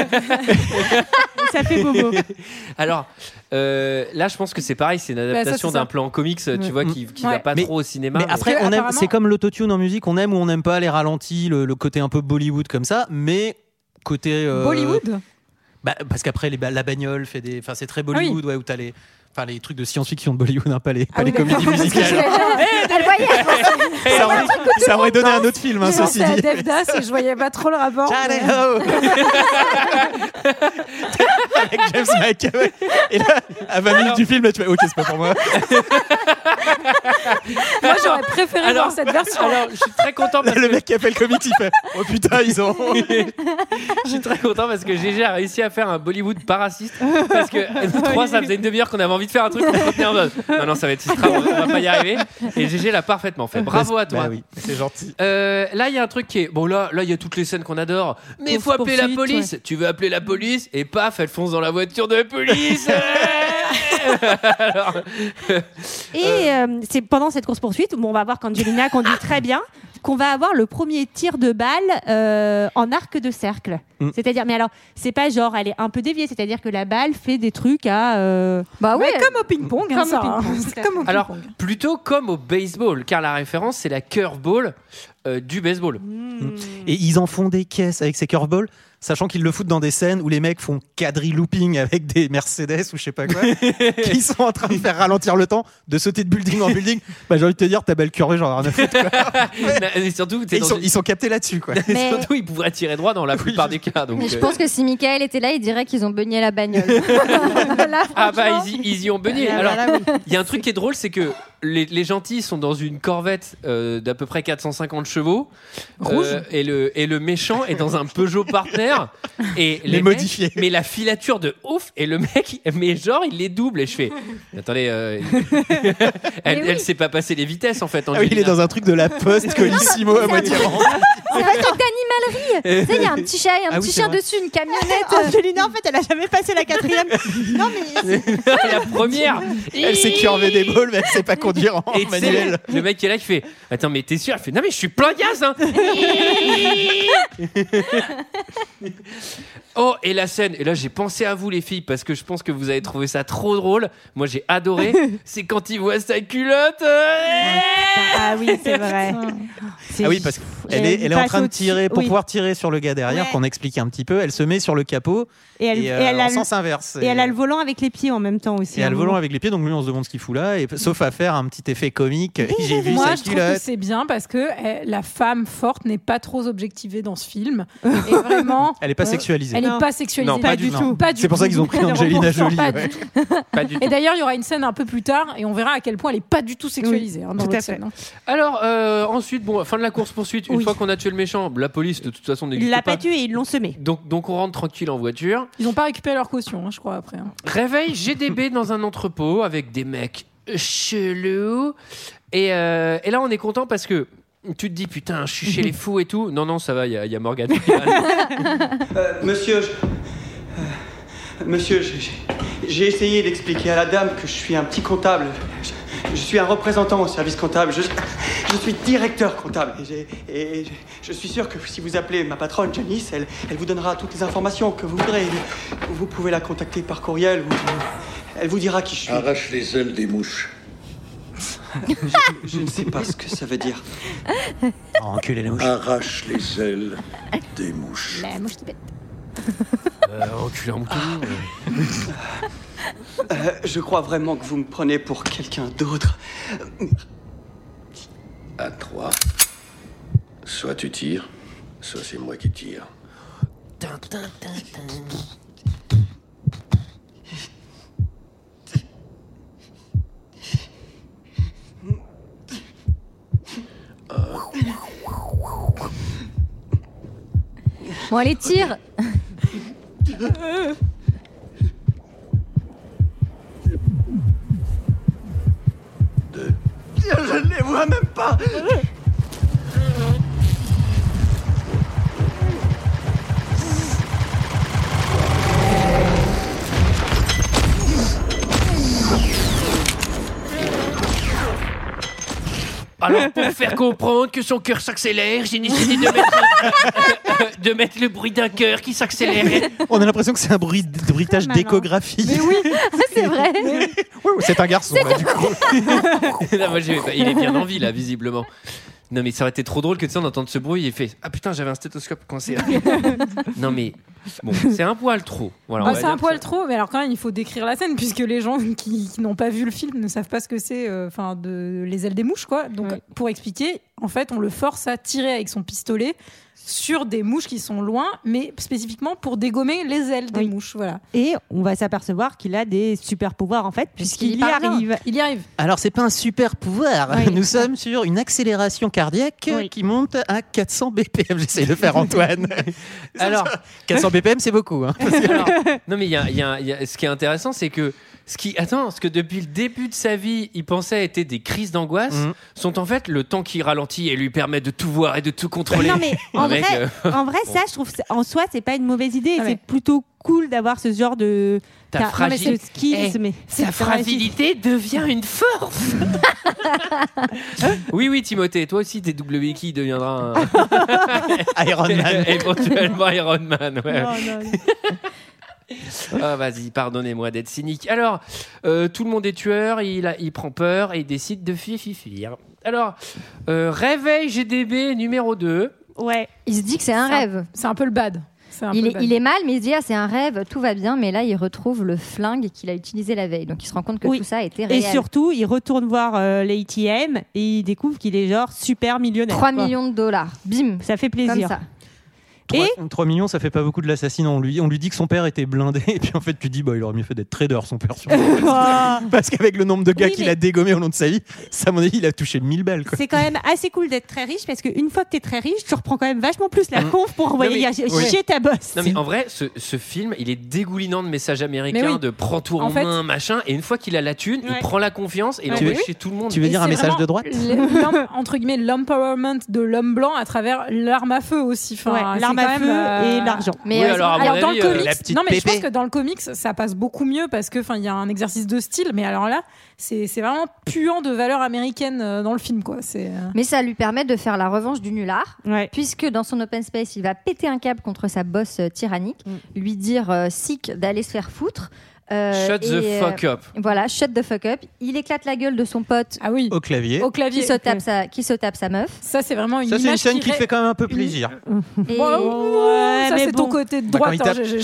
Ça fait bobo. Alors. Là, je pense que c'est pareil, c'est une adaptation d'un plan comics, tu vois, qui va pas trop au cinéma. Mais après, c'est comme l'autotune en musique, on aime ou on n'aime pas les ralentis, le côté un peu Bollywood comme ça, mais côté Bollywood. Parce qu'après la bagnole fait des, c'est très Bollywood, ouais, où t'as les trucs de science-fiction de Bollywood, pas les comédies musicales. Ça aurait donné un autre film, ceci dit. C'est à Devdas et je voyais pas trop le rapport. Avec James McAvoy. Et là, à 20 minutes du film, là, tu fais OK, c'est pas pour moi. Moi, j'aurais préféré voir cette version. Alors, je suis très content parce que le mec qui a fait le comics, il fait oh putain, ils ont. Je suis très content parce que GG a réussi à faire un Bollywood pas raciste. Parce que nous trois, ça faisait une demi-heure qu'on avait envie de faire un truc qu'on se retenait en mode non, ça va être Sistra, on va pas y arriver. Et GG l'a parfaitement fait. Bravo à toi. Bah oui, c'est gentil. Là, il y a un truc qui est bon. Là, il y a toutes les scènes qu'on adore. Mais il faut appeler la police. Ouais. Tu veux appeler la police et paf, elle fonce dans la voiture de la police. Alors, c'est pendant cette course-poursuite où on va voir qu'Angelina conduit très bien, qu'on va avoir le premier tir de balle en arc de cercle. C'est-à-dire, mais alors, c'est pas genre, elle est un peu déviée, c'est-à-dire que la balle fait des trucs à... comme au ping-pong. Alors, plutôt comme au baseball, car la référence, c'est la curveball du baseball. Et ils en font des caisses avec ces curveballs, sachant qu'ils le foutent dans des scènes où les mecs font quadri-looping avec des Mercedes ou je sais pas quoi, qui sont en train de faire ralentir le temps, de sauter de building en building. J'ai envie de te dire, ta belle curvée, j'en ai rien à foutre. Et surtout, ils sont captés là-dessus. Quoi. Mais... Surtout, ils pourraient tirer droit dans la plupart des cas. Donc, mais je pense que si Michael était là, il dirait qu'ils ont beugné la bagnole. Là, ils y ont beugné. Alors, il y a un truc qui est drôle, c'est que les gentils sont dans une Corvette d'à peu près 450 chevaux. Et le méchant est dans un Peugeot Partner. Et les modifiés. Mais la filature de ouf. Et le mec, mais genre, il les double. Et je fais, attendez, elle sait pas passer les vitesses en fait. Ah oui, il est dans un truc de la Poste Colissimo à moitié rang. C'est un truc d'animalerie. Tu sais, il y a un petit chat et un petit chien dessus, une camionnette. Angelina, en fait, elle a jamais passé la 4e. Non, mais. La première. Elle s'est curvée des balles, mais elle sait pas conduire en manuel. Le mec qui est là, qui fait, attends, mais t'es sûr? Elle fait, non, mais je suis plein gaz, hein. Oh, et la scène, et là j'ai pensé à vous les filles parce que je pense que vous avez trouvé ça trop drôle. Moi j'ai adoré. C'est quand il voit sa culotte. Ah oui, c'est vrai. Ah oui, parce qu'elle est en train de tirer pour pouvoir tirer sur le gars derrière, qu'on explique un petit peu. Elle se met sur le capot et elle en sens inverse. Et elle a le volant avec les pieds en même temps aussi. Et elle a le volant avec les pieds, donc lui on se demande ce qu'il fout là, sauf à faire un petit effet comique. J'ai vu sa culotte. Moi je trouve que c'est bien parce que la femme forte n'est pas trop objectivée dans ce film. Et vraiment, elle n'est pas sexualisée. Elle n'est pas sexualisée. Non, pas du tout. C'est pour ça qu'ils ont pris Angelina Jolie. Pas du tout. Et d'ailleurs, il y aura une scène un peu plus tard et on verra à quel point elle n'est pas du tout sexualisée. Dans tout à fait. Alors, ensuite, fin de la course-poursuite. Une fois qu'on a tué le méchant, la police, de toute façon, n'existe pas. Il l'a pas tué et ils l'ont semé. Donc, on rentre tranquille en voiture. Ils n'ont pas récupéré leur caution, je crois, après. Réveil GDB dans un entrepôt avec des mecs chelous. Et là, on est content parce que tu te dis, putain, je suis chez les fous et tout. Non, ça va, il y a Morgan. Monsieur, j'ai essayé d'expliquer à la dame que je suis un petit comptable. Je suis un représentant au service comptable. Je suis directeur comptable et je suis sûr que si vous appelez ma patronne Janice, elle vous donnera toutes les informations que vous voudrez. Vous pouvez la contacter par courriel ou elle vous dira qui je suis. Arrache les ailes des mouches. Je ne sais pas ce que ça veut dire. Enculer les mouches. Arrache les ailes des mouches. La mouche qui pète. Enculer un mouton. Je crois vraiment que vous me prenez pour quelqu'un d'autre. À 3. Soit tu tires, soit c'est moi qui tire. Bon, allez, tire. Je ne les vois même pas. Alors, pour faire comprendre que son cœur s'accélère, j'ai décidé de mettre le bruit d'un cœur qui s'accélère. On a l'impression que c'est un bruitage d'échographie. Mais oui, c'est vrai. Oui, c'est un garçon, là, du coup. Non, moi, il est bien en vie, là, visiblement. Non, mais ça aurait été trop drôle que tu sais, on entende ce bruit et fait ah putain, j'avais un stéthoscope coincé. Non, mais bon, c'est un poil trop. Voilà, c'est un poil trop, mais alors quand même, il faut décrire la scène puisque les gens qui n'ont pas vu le film ne savent pas ce que c'est, de les ailes des mouches, quoi. Donc, pour expliquer, en fait, on le force à tirer avec son pistolet sur des mouches qui sont loin, mais spécifiquement pour dégommer les ailes des mouches, voilà. Et on va s'apercevoir qu'il a des super pouvoirs en fait, puisqu'il y arrive. Il y arrive. Alors c'est pas un super pouvoir. Oui. Nous sommes sur une accélération cardiaque qui monte à 400 BPM. J'essaie de faire Antoine. Alors 400 BPM, c'est beaucoup. Hein. Alors, non mais il y a ce qui est intéressant, c'est que ce que depuis le début de sa vie, il pensait étaient des crises d'angoisse, sont en fait le temps qui ralentit et lui permet de tout voir et de tout contrôler. Non mais en vrai, ça, je trouve en soi, c'est pas une mauvaise idée. C'est plutôt cool d'avoir ce genre de sa fragilité devient une force. Oui, Timothée, toi aussi, t'es double qui deviendra un Iron Man. Éventuellement Iron Man. Ouais. Non. Ah, vas-y, pardonnez-moi d'être cynique. Alors, tout le monde est tueur, il prend peur et il décide de fuir. Alors, réveil GDB numéro 2. Ouais. Il se dit que c'est un rêve. C'est un peu le bad. Il est mal, mais il se dit c'est un rêve, tout va bien. Mais là, il retrouve le flingue qu'il a utilisé la veille. Donc, il se rend compte que tout ça a été réel. Et surtout, il retourne voir l'ATM et il découvre qu'il est genre super millionnaire. 3 millions de dollars. Bim. Ça fait plaisir. Comme ça. 3 millions, ça fait pas beaucoup de l'assassinat. On lui dit que son père était blindé, et puis en fait, tu dis, il aurait mieux fait d'être trader, son père. Parce qu'avec le nombre de gars qu'il a dégommé au long de sa vie, ça, à mon avis, il a touché 1000 balles. Quoi. C'est quand même assez cool d'être très riche, parce qu'une fois que t'es très riche, tu reprends quand même vachement plus la conf pour envoyer chier ta bosse. Non, mais en vrai, ce film, il est dégoulinant de messages américains, de prends tout en main, machin, et une fois qu'il a la thune, il prend la confiance et il envoie chez tout le monde. Tu veux dire un message de droite entre guillemets, l'empowerment de l'homme blanc à travers l'arme à feu aussi. L'arme à feu et l'argent. Mais alors dans le comics, mais je pense que dans le comics, ça passe beaucoup mieux parce que il y a un exercice de style. Mais alors là, c'est vraiment puant de valeur américaine dans le film, quoi. Mais ça lui permet de faire la revanche du nulard, puisque dans son open space, il va péter un câble contre sa boss tyrannique, lui dire sick d'aller se faire foutre. Shut the fuck up. Voilà, shut the fuck up. Il éclate la gueule de son pote. Ah oui. Au clavier. Qui se tape sa meuf. Ça, c'est vraiment c'est une scène qui fait quand même un peu plaisir. Ça, c'est ton côté de droite.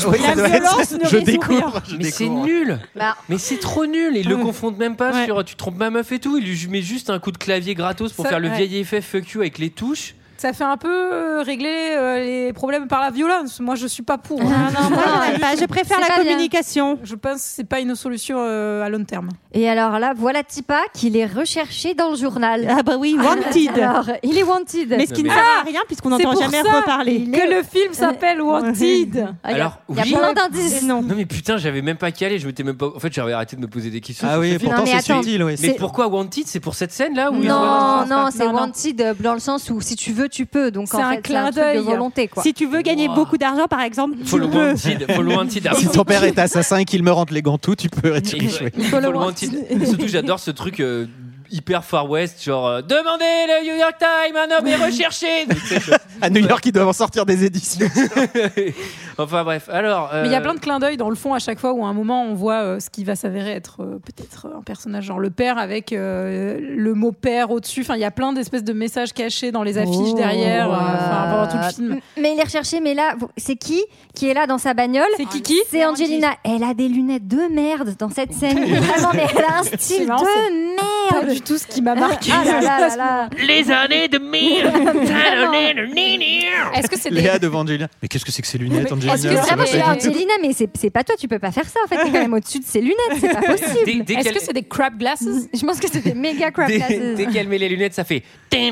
Je découvre. Mais c'est nul. Mais c'est trop nul. Il le confronte même pas sur tu trompes ma meuf et tout. Il lui met juste un coup de clavier gratos pour faire le vieil effet fuck you avec les touches. Ça fait un peu régler les problèmes par la violence. Moi, je suis pas pour. Je préfère la communication. Bien. Je pense que c'est pas une solution à long terme. Et alors là, voilà Tipa qu'il est recherché dans le journal. Ah bah oui, wanted. Alors, il est wanted. Mais ce qui ne sert à rien puisqu'on n'entend jamais reparler. Que le film s'appelle Wanted. Alors, il y a plein d'indices. Non mais putain, j'avais même pas calé. Je m'étais même pas. En fait, j'avais arrêté de me poser des questions. Ah oui, pourtant c'est subtil. Mais pourquoi Wanted? C'est pour cette scène là où Non, c'est Wanted dans le sens où si tu veux, tu peux. Donc c'est un clin d'œil de volonté, quoi. Si tu veux gagner beaucoup d'argent, par exemple, faut le wanted. Si ton père est assassin et qu'il me rentre les gants tout, tu peux être riche. Faut le wanted. Surtout, j'adore ce truc hyper Far West, genre demandez le New York Times, un homme est recherché. À New York, ils doivent en sortir des éditions. Enfin bref, alors. Mais il y a plein de clins d'œil dans le fond à chaque fois où à un moment on voit ce qui va s'avérer être peut-être un personnage, genre le père avec le mot père au-dessus. Enfin, il y a plein d'espèces de messages cachés dans les affiches derrière, pendant tout le film. Mais il est recherché, mais là, c'est qui est là dans sa bagnole? C'est Kiki. C'est Angelina. Elle a des lunettes de merde dans cette scène. Vraiment, mais elle a un style de merde. Pas du tout ce qui m'a marqué. Les années de merde. Est-ce que c'est Léa devant Angelina. Mais qu'est-ce que c'est que ces lunettes, Angelina? Est-ce que vraiment c'est Angelina? Mais c'est pas toi, tu peux pas faire ça. En fait, t'es quand même au-dessus de ses lunettes. C'est pas possible. Est-ce que c'est des crab glasses? Je pense que c'est des méga crab glasses. Dès qu'elle met les lunettes, ça fait.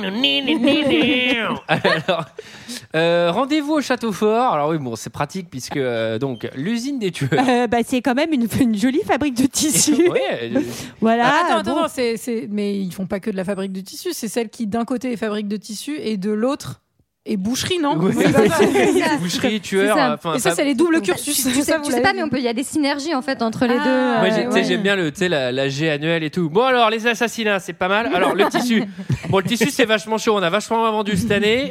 Alors, rendez-vous au château fort. Alors oui, bon, c'est pratique puisque donc l'usine des tueurs. C'est quand même une jolie fabrique de tissus. Voilà. Attends, mais ils font pas que de la fabrique de tissus. C'est celle qui d'un côté est fabrique de tissus et de l'autre est boucherie, non? Boucherie, tueur. Et ça, c'est les doubles cursus. Tu sais pas, mais il y a des synergies en fait entre les deux. Moi, j'aime bien la G annuelle et tout. Bon, alors les assassinats, c'est pas mal. Alors le tissu. Bon, le tissu, c'est vachement chaud. On a vachement vendu cette année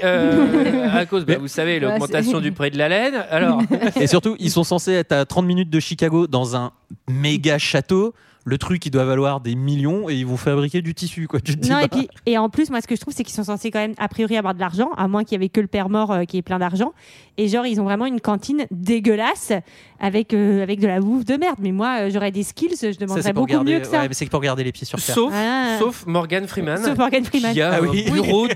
à cause, vous savez, l'augmentation du prix de la laine. Alors. Et surtout, ils sont censés être à 30 minutes de Chicago dans un méga château. Le truc, il doit valoir des millions et ils vont fabriquer du tissu, quoi. Et en plus, moi, ce que je trouve, c'est qu'ils sont censés quand même, a priori, avoir de l'argent, à moins qu'il y avait que le père mort qui ait plein d'argent. Et genre, ils ont vraiment une cantine dégueulasse avec de la bouffe de merde. Mais moi, j'aurais des skills, je demanderais beaucoup mieux que ça. Ouais, mais c'est pour garder les pieds sur terre. Sauf Morgan Freeman. Qui a un bureau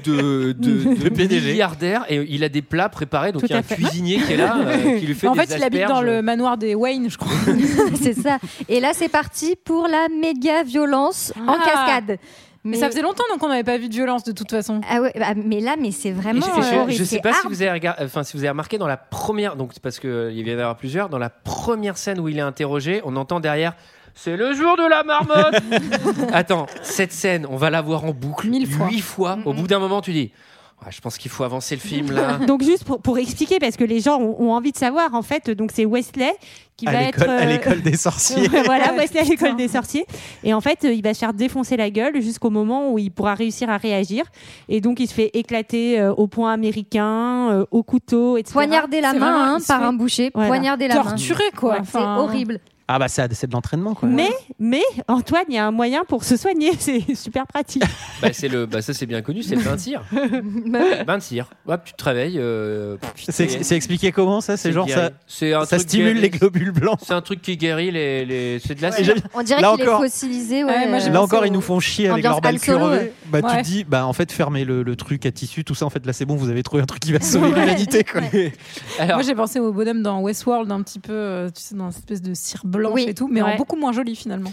de milliardaire et il a des plats préparés. Donc il y a un cuisinier qui est là, qui lui fait des asperges. En fait, il habite dans le manoir des Wayne, je crois. C'est ça. Et là, c'est parti pour la méga violence en cascade. Mais ça faisait longtemps donc on n'avait pas vu de violence de toute façon. Ah ouais, mais là, c'est vraiment. Je sais pas si vous avez remarqué dans la première, donc c'est parce que il vient d'y avoir plusieurs. Dans la première scène où il est interrogé, on entend derrière. C'est le jour de la marmotte. Attends, cette scène, on va la voir en boucle 8 fois. Au bout d'un moment, tu dis. Ouais, je pense qu'il faut avancer le film là. Donc juste pour expliquer parce que les gens ont envie de savoir en fait, donc c'est Wesley qui va être à l'école des sorciers. Voilà, Wesley à l'école des sorciers et en fait il va se faire défoncer la gueule jusqu'au moment où il pourra réussir à réagir et donc il se fait éclater au poing américain, au couteau, etc. Poignarder la main par un boucher, poignarder la main. Torturé quoi. C'est horrible. Ah bah c'est de l'entraînement quoi. Mais Antoine, il y a un moyen pour se soigner, c'est super pratique. Ça c'est bien connu, c'est le bain de cire. Bain de cire. Hop, tu te réveilles. C'est expliqué comment ça? C'est genre ça. Ça stimule les globules blancs. C'est un truc qui guérit c'est de la cire. On dirait qu'il est fossilisé. Là encore, ils nous font chier avec leur balle curvée. Tu te dis, en fait, fermez le truc à tissu, tout ça. En fait, là, c'est bon, vous avez trouvé un truc qui va sauver l'humanité. Moi, j'ai pensé au bonhomme dans Westworld un petit peu, tu sais, dans cette espèce de cire blanche et tout, mais en beaucoup moins joli finalement.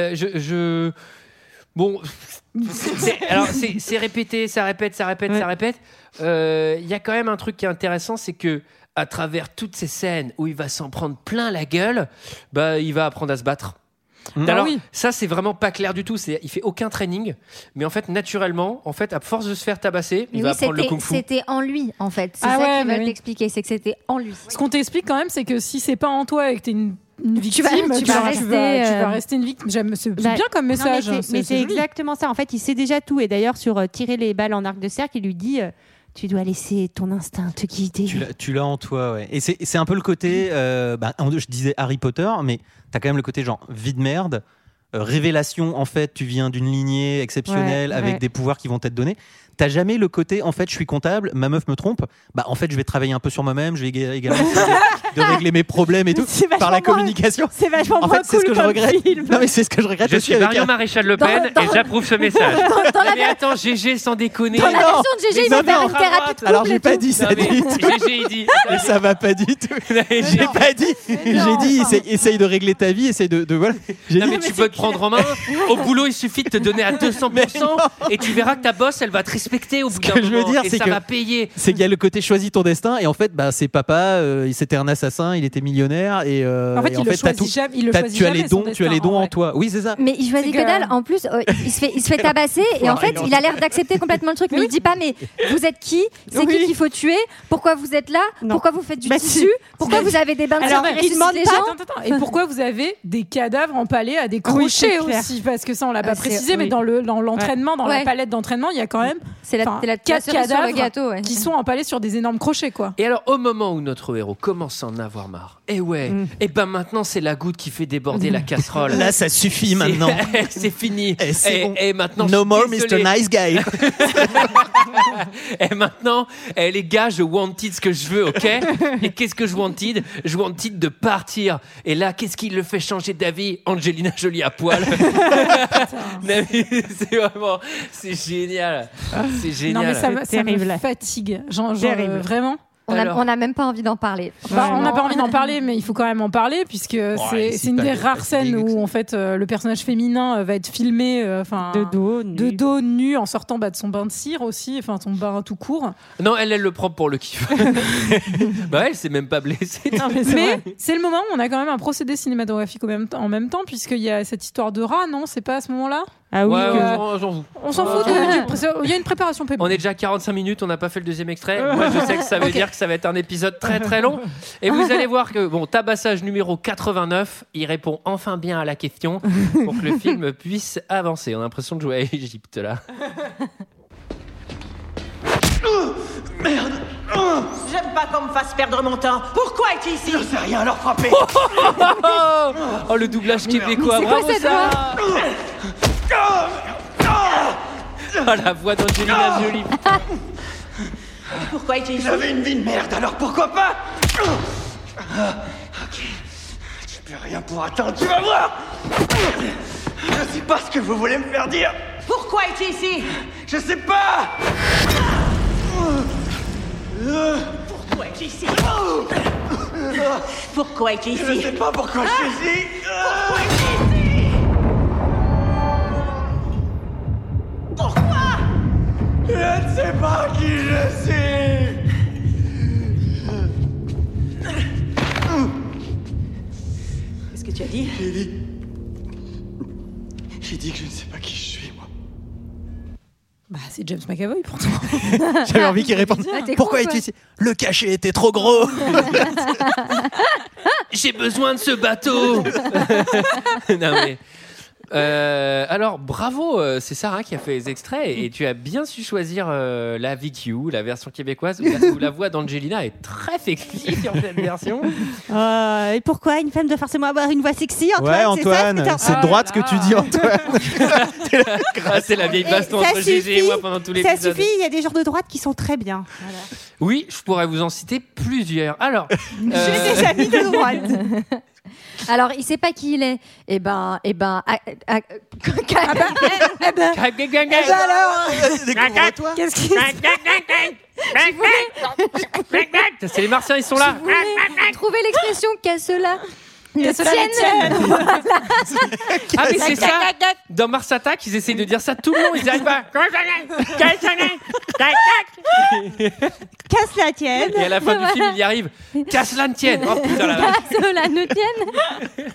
Bon, c'est répété, ça répète. Il y a quand même un truc qui est intéressant, c'est que à travers toutes ces scènes où il va s'en prendre plein la gueule, il va apprendre à se battre. Alors, ça, c'est vraiment pas clair du tout. Il fait aucun training, mais en fait, naturellement, à force de se faire tabasser, il va apprendre le kung-fu. C'était en lui, en fait. C'est ça qui va t'expliquer, c'est que c'était en lui. Ce qu'on t'explique quand même, c'est que si c'est pas en toi et que t'es une victime, tu vas rester une victime. C'est bien comme message. Mais c'est exactement ça. En fait, il sait déjà tout. Et d'ailleurs, sur tirer les balles en arc de cercle, il lui dit. Tu dois laisser ton instinct te guider. Tu l'as en toi, ouais. Et c'est un peu le côté, je disais Harry Potter, mais t'as quand même le côté genre vie de merde, révélation, en fait, tu viens d'une lignée exceptionnelle avec des pouvoirs qui vont t'être donnés. T'as jamais le côté, en fait, je suis comptable, ma meuf me trompe, en fait, je vais travailler un peu sur moi-même, je vais également essayer de régler mes problèmes et tout, par la communication. C'est vachement en fait, c'est ce que je regrette. Non, mais c'est ce que je regrette. Je suis Marion Maréchal Le Pen et j'approuve ce message. Mais attends, GG, sans déconner. Dans la version de GG, il va faire une thérapie de couple. Alors, j'ai pas dit ça. GG, il dit. Mais ça va pas du tout. J'ai pas dit. J'ai dit, essaye de régler ta vie, essaye de voilà. Non, mais tu peux te prendre en main. Au boulot, il suffit de te donner à 200% et tu verras que ta boss, elle va te respecter au bout d'un moment. Ce que je veux dire, c'est que va payer. C'est qu'il y a le côté choisis ton destin et en fait, c'est papa, c'était un assassin, il était millionnaire et en fait, tu as les dons en toi. Oui, c'est ça. Mais il choisit que dalle. En plus, il se fait tabasser et en fait, il a l'air d'accepter complètement le truc. Mais il dit pas, mais vous êtes qui? C'est qui qu'il faut tuer? Pourquoi vous êtes là? Pourquoi vous faites du tissu? Pourquoi vous avez des bains de sang qui ressuscitent les gens? Et pourquoi vous avez des cadavres empalés à des couilles coucher aussi, parce que ça on l'a pas précisé, mais dans l'entraînement, dans la palette d'entraînement, il y a quand même la 4 cadavres sur le gâteau, qui sont empalés sur des énormes crochets, quoi. Et alors, au moment où notre héros commence à en avoir marre, et ben maintenant c'est la goutte qui fait déborder la casserole. Là, ça suffit maintenant. C'est fini. Et maintenant, no more Mr. Nice Guy. Et maintenant, les gars, je wanted ce que je veux, ok? Et qu'est-ce que je wanted? Je wanted de partir. Et là, qu'est-ce qui le fait changer d'avis? Angelina Jolie à poil. C'est vraiment, c'est génial. C'est génial. Non, mais ça me fatigue. Genre vraiment. On n'a même pas envie d'en parler. On n'a pas envie d'en parler, mais il faut quand même en parler, puisque c'est une des rares scènes où en fait le personnage féminin va être filmé de dos nu en sortant de son bain de cire aussi, enfin son bain tout court. Non, elle le prend pour le kiff. Elle s'est même pas blessée. Non, mais c'est le moment où on a quand même un procédé cinématographique en même temps, puisqu'il y a cette histoire de rat, non? C'est pas à ce moment-là? Ah oui, on s'en fout. Il y a une préparation pépite. On est déjà à 45 minutes, on n'a pas fait le deuxième extrait. Moi, je sais que ça veut dire que ça va être un épisode très très long. Et vous allez voir que, tabassage numéro 89, il répond enfin bien à la question pour que le film puisse avancer. On a l'impression de jouer à Égypte, là. Merde! J'aime pas qu'on me fasse perdre mon temps. Pourquoi es-tu ici? Je sais rien, leur frapper. Oh, le doublage québécois, bravo ça! Oh, la voix d'Angelina Jolie. Pourquoi es-tu ici? J'avais une vie de merde, alors pourquoi pas? Ok. J'ai plus rien pour attendre, tu vas voir! Je sais pas ce que vous voulez me faire dire! Pourquoi es-tu ici? Je sais pas! Pourquoi es-tu ici? Pourquoi es-tu ici? Je sais pas pourquoi je suis ici! Pourquoi es-tu ici? Pourquoi? Je ne sais pas qui je suis! Qu'est-ce que tu as dit? J'ai dit que je ne sais pas qui je suis, moi. C'est James McAvoy, pourtant. J'avais envie qu'il réponde. Pourquoi es-tu ici? Le cachet était trop gros. J'ai besoin de ce bateau. Non mais. Alors bravo, c'est Sarah qui a fait les extraits et tu as bien su choisir la VQ, la version québécoise où la voix d'Angelina est très sexy sur cette version. Et pourquoi une femme doit forcément avoir une voix sexy, Antoine? Ouais, Antoine, c'est de droite ce que tu dis, Antoine. C'est la vieille baston entre Gégé et moi pendant tous les épisodes. Ça suffit, il y a des gens de droite qui sont très bien. Voilà. Oui, je pourrais vous en citer plusieurs. Alors, j'ai des amis de droite. Alors, il sait pas qui il est. Alors, qu'est-ce qu'il c'est les Martiens, ils sont là. Trouver l'expression qu'à cela. Voilà. Ah mais c'est ça. Dans Mars Attack, ils essayent de dire ça tout le long, ils n'y arrivent pas. Casse la tienne. Et à la fin du film, il y arrive. Casse la tienne. Oh putain la vache. Cela ne tienne.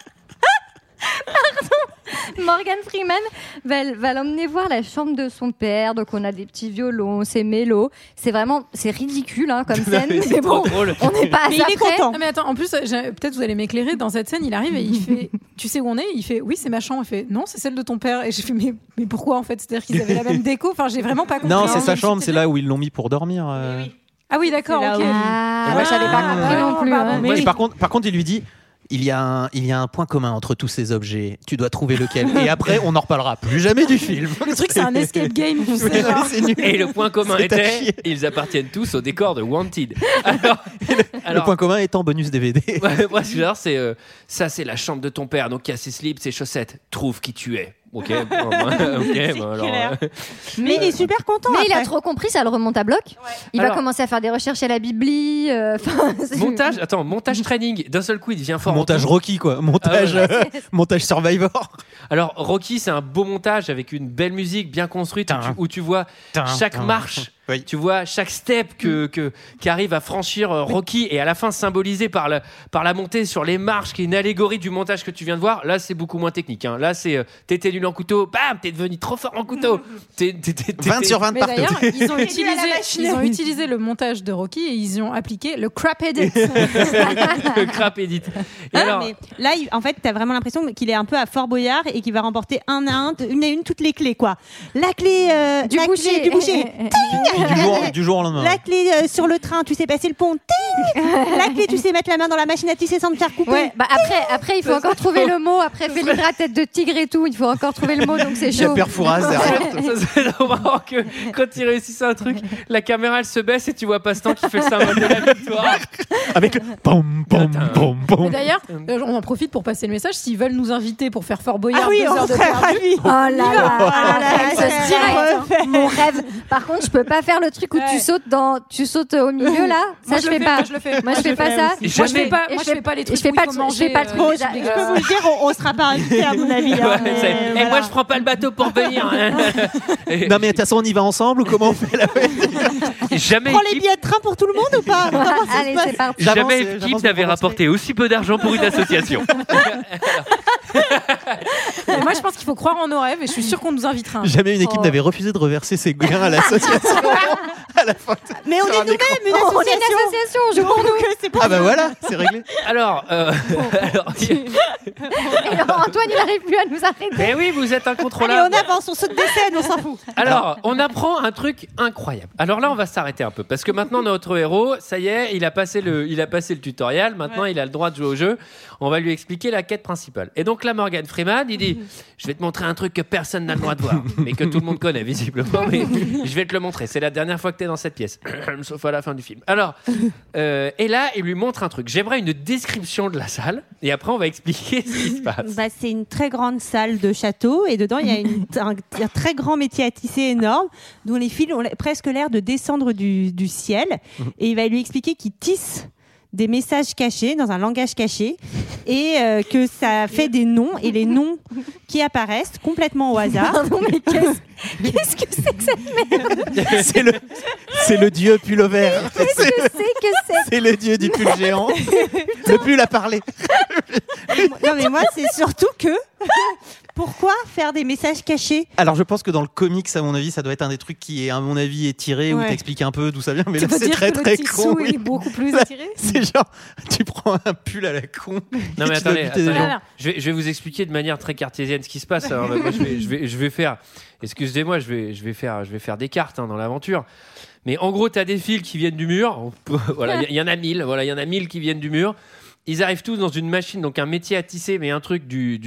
Pardon. Morgan Freeman va l'emmener voir la chambre de son père. Donc on a des petits violons, c'est mélo. C'est ridicule comme scène. Mais bon, on n'est pas à ça près. Non, mais attends, en plus, peut-être vous allez m'éclairer. Dans cette scène, il arrive et il fait, tu sais où on est? Il fait, oui, c'est ma chambre. Il fait, non, c'est celle de ton père. Et j'ai fait, mais pourquoi en fait? C'est-à-dire qu'ils avaient la même déco. Enfin, j'ai vraiment pas compris. Non, c'est sa chambre. C'est là où ils l'ont mis pour dormir. Ah oui, d'accord. Ok. Moi, j'avais pas compris non plus. Ouais, par contre, il lui dit. Il y a un point commun entre tous ces objets. Tu dois trouver lequel. Et après, on n'en reparlera plus jamais du film. Le truc, c'est un escape game, tu sais. Et le point commun était, ils appartiennent tous au décor de Wanted. Alors, le point commun étant bonus DVD. Moi, ça, c'est la chambre de ton père. Donc, il y a ses slips, ses chaussettes. Trouve qui tu es. Ok, alors. Mais il est super content. Mais il a trop compris, ça le remonte à bloc. Il va commencer à faire des recherches à la Bibli. Montage training. D'un seul coup, il devient fort. Montage Rocky, quoi. Montage Survivor. Alors, Rocky, c'est un beau montage avec une belle musique bien construite où tu vois chaque marche Oui. Tu vois chaque step qui arrive à franchir Rocky et à la fin symbolisé par la montée sur les marches, qui est une allégorie du montage que tu viens de voir. Là, c'est beaucoup moins technique. Hein. Là, c'est t'étais nul en couteau, bam, t'es devenu trop fort en couteau. 20 sur 20 Mais partout. d'ailleurs, ils ont utilisé le montage de Rocky et ils ont appliqué le crap edit. Le crap edit. Et alors, mais là, en fait, t'as vraiment l'impression qu'il est un peu à Fort Boyard et qu'il va remporter une à une toutes les clés, quoi. La clé du boucher. Du jour au lendemain. La clé sur le train, tu sais passer le pont. La clé, tu sais mettre la main dans la machine à tisser sans te faire couper. Ouais, bah après, il faut encore trouver le mot. Après, Félindra, tête de tigre et tout, il faut encore trouver le mot, donc c'est chaud. Il y a Père Fouras derrière. ça serait trop marrant que quand il réussissent un truc, la caméra elle se baisse et tu vois Pastan qui fait le symbole de la victoire. Avec le pom pom pom pom. Et d'ailleurs, on en profite pour passer le message. S'ils veulent nous inviter pour faire Fort Boyard, 2 heures de serait perdu. ravis. Oh là là, mon rêve. Par contre, je peux pas faire le truc où tu sautes au milieu là. Ça, je fais pas. Moi, je fais pas ça. Moi, je fais pas les trucs. Je fais pas le truc. Je peux vous le dire, on sera pas invités à mon avis. Et moi, je prends pas le bateau pour venir. Non, mais de toute façon, on y va ensemble ou comment on fait la Jamais prends les billets de train pour tout le monde ou pas? Allez, c'est parti. Jamais équipe n'avait rapporté aussi peu d'argent pour une association. Et moi, je pense qu'il faut croire en nos rêves et je suis sûre qu'on nous invitera. Jamais une équipe n'avait refusé de reverser ses gains à l'association. À la fin. Mais on est nous-mêmes une association. On est une association, je pense. Ah bah voilà, c'est réglé. Alors, Antoine, il n'arrive plus à nous arrêter. Mais oui, vous êtes incontrôlable. Allez, on avance, on saute des scènes, on s'en fout. Alors, on apprend un truc incroyable. Alors là, on va s'arrêter un peu parce que maintenant notre héros, ça y est, il a passé le tutoriel. Maintenant, il a le droit de jouer au jeu. On va lui expliquer la quête principale. Et donc là, Morgan Freeman, il dit je vais te montrer un truc que personne n'a le droit de voir, mais que tout le monde connaît visiblement. Mais je vais te le montrer. C'est la dernière fois que tu es dans cette pièce, sauf à la fin du film. Alors, et là, il lui montre un truc. J'aimerais une description de la salle, et après, on va expliquer ce qui se passe. Bah, c'est une très grande salle de château, et dedans, il y a un très grand métier à tisser énorme, dont les fils ont presque l'air de descendre du ciel. Et il va lui expliquer qu'il tisse des messages cachés dans un langage caché et que ça fait des noms et les noms qui apparaissent complètement au hasard. Pardon, mais qu'est-ce que c'est que cette merde? C'est le dieu pull vert. Qu'est-ce que c'est? C'est le dieu du pull géant. Le pull a parlé. Non mais moi c'est surtout que pourquoi faire des messages cachés? Alors je pense que dans le comics, à mon avis, ça doit être un des trucs qui est à mon avis étiré où t'expliques un peu d'où ça vient, mais là c'est très très con. Oui. Est beaucoup plus étiré. C'est genre tu prends un pull à la con. Non mais attendez. Je vais vous expliquer de manière très cartésienne ce qui se passe. Alors, moi, je vais faire. Excusez-moi, je vais faire des cartes dans l'aventure. Mais en gros, tu as des fils qui viennent du mur. Voilà, il y en a 1000. Voilà, il y en a 1000 qui viennent du mur. Ils arrivent tous dans une machine, donc un métier à tisser, mais un truc du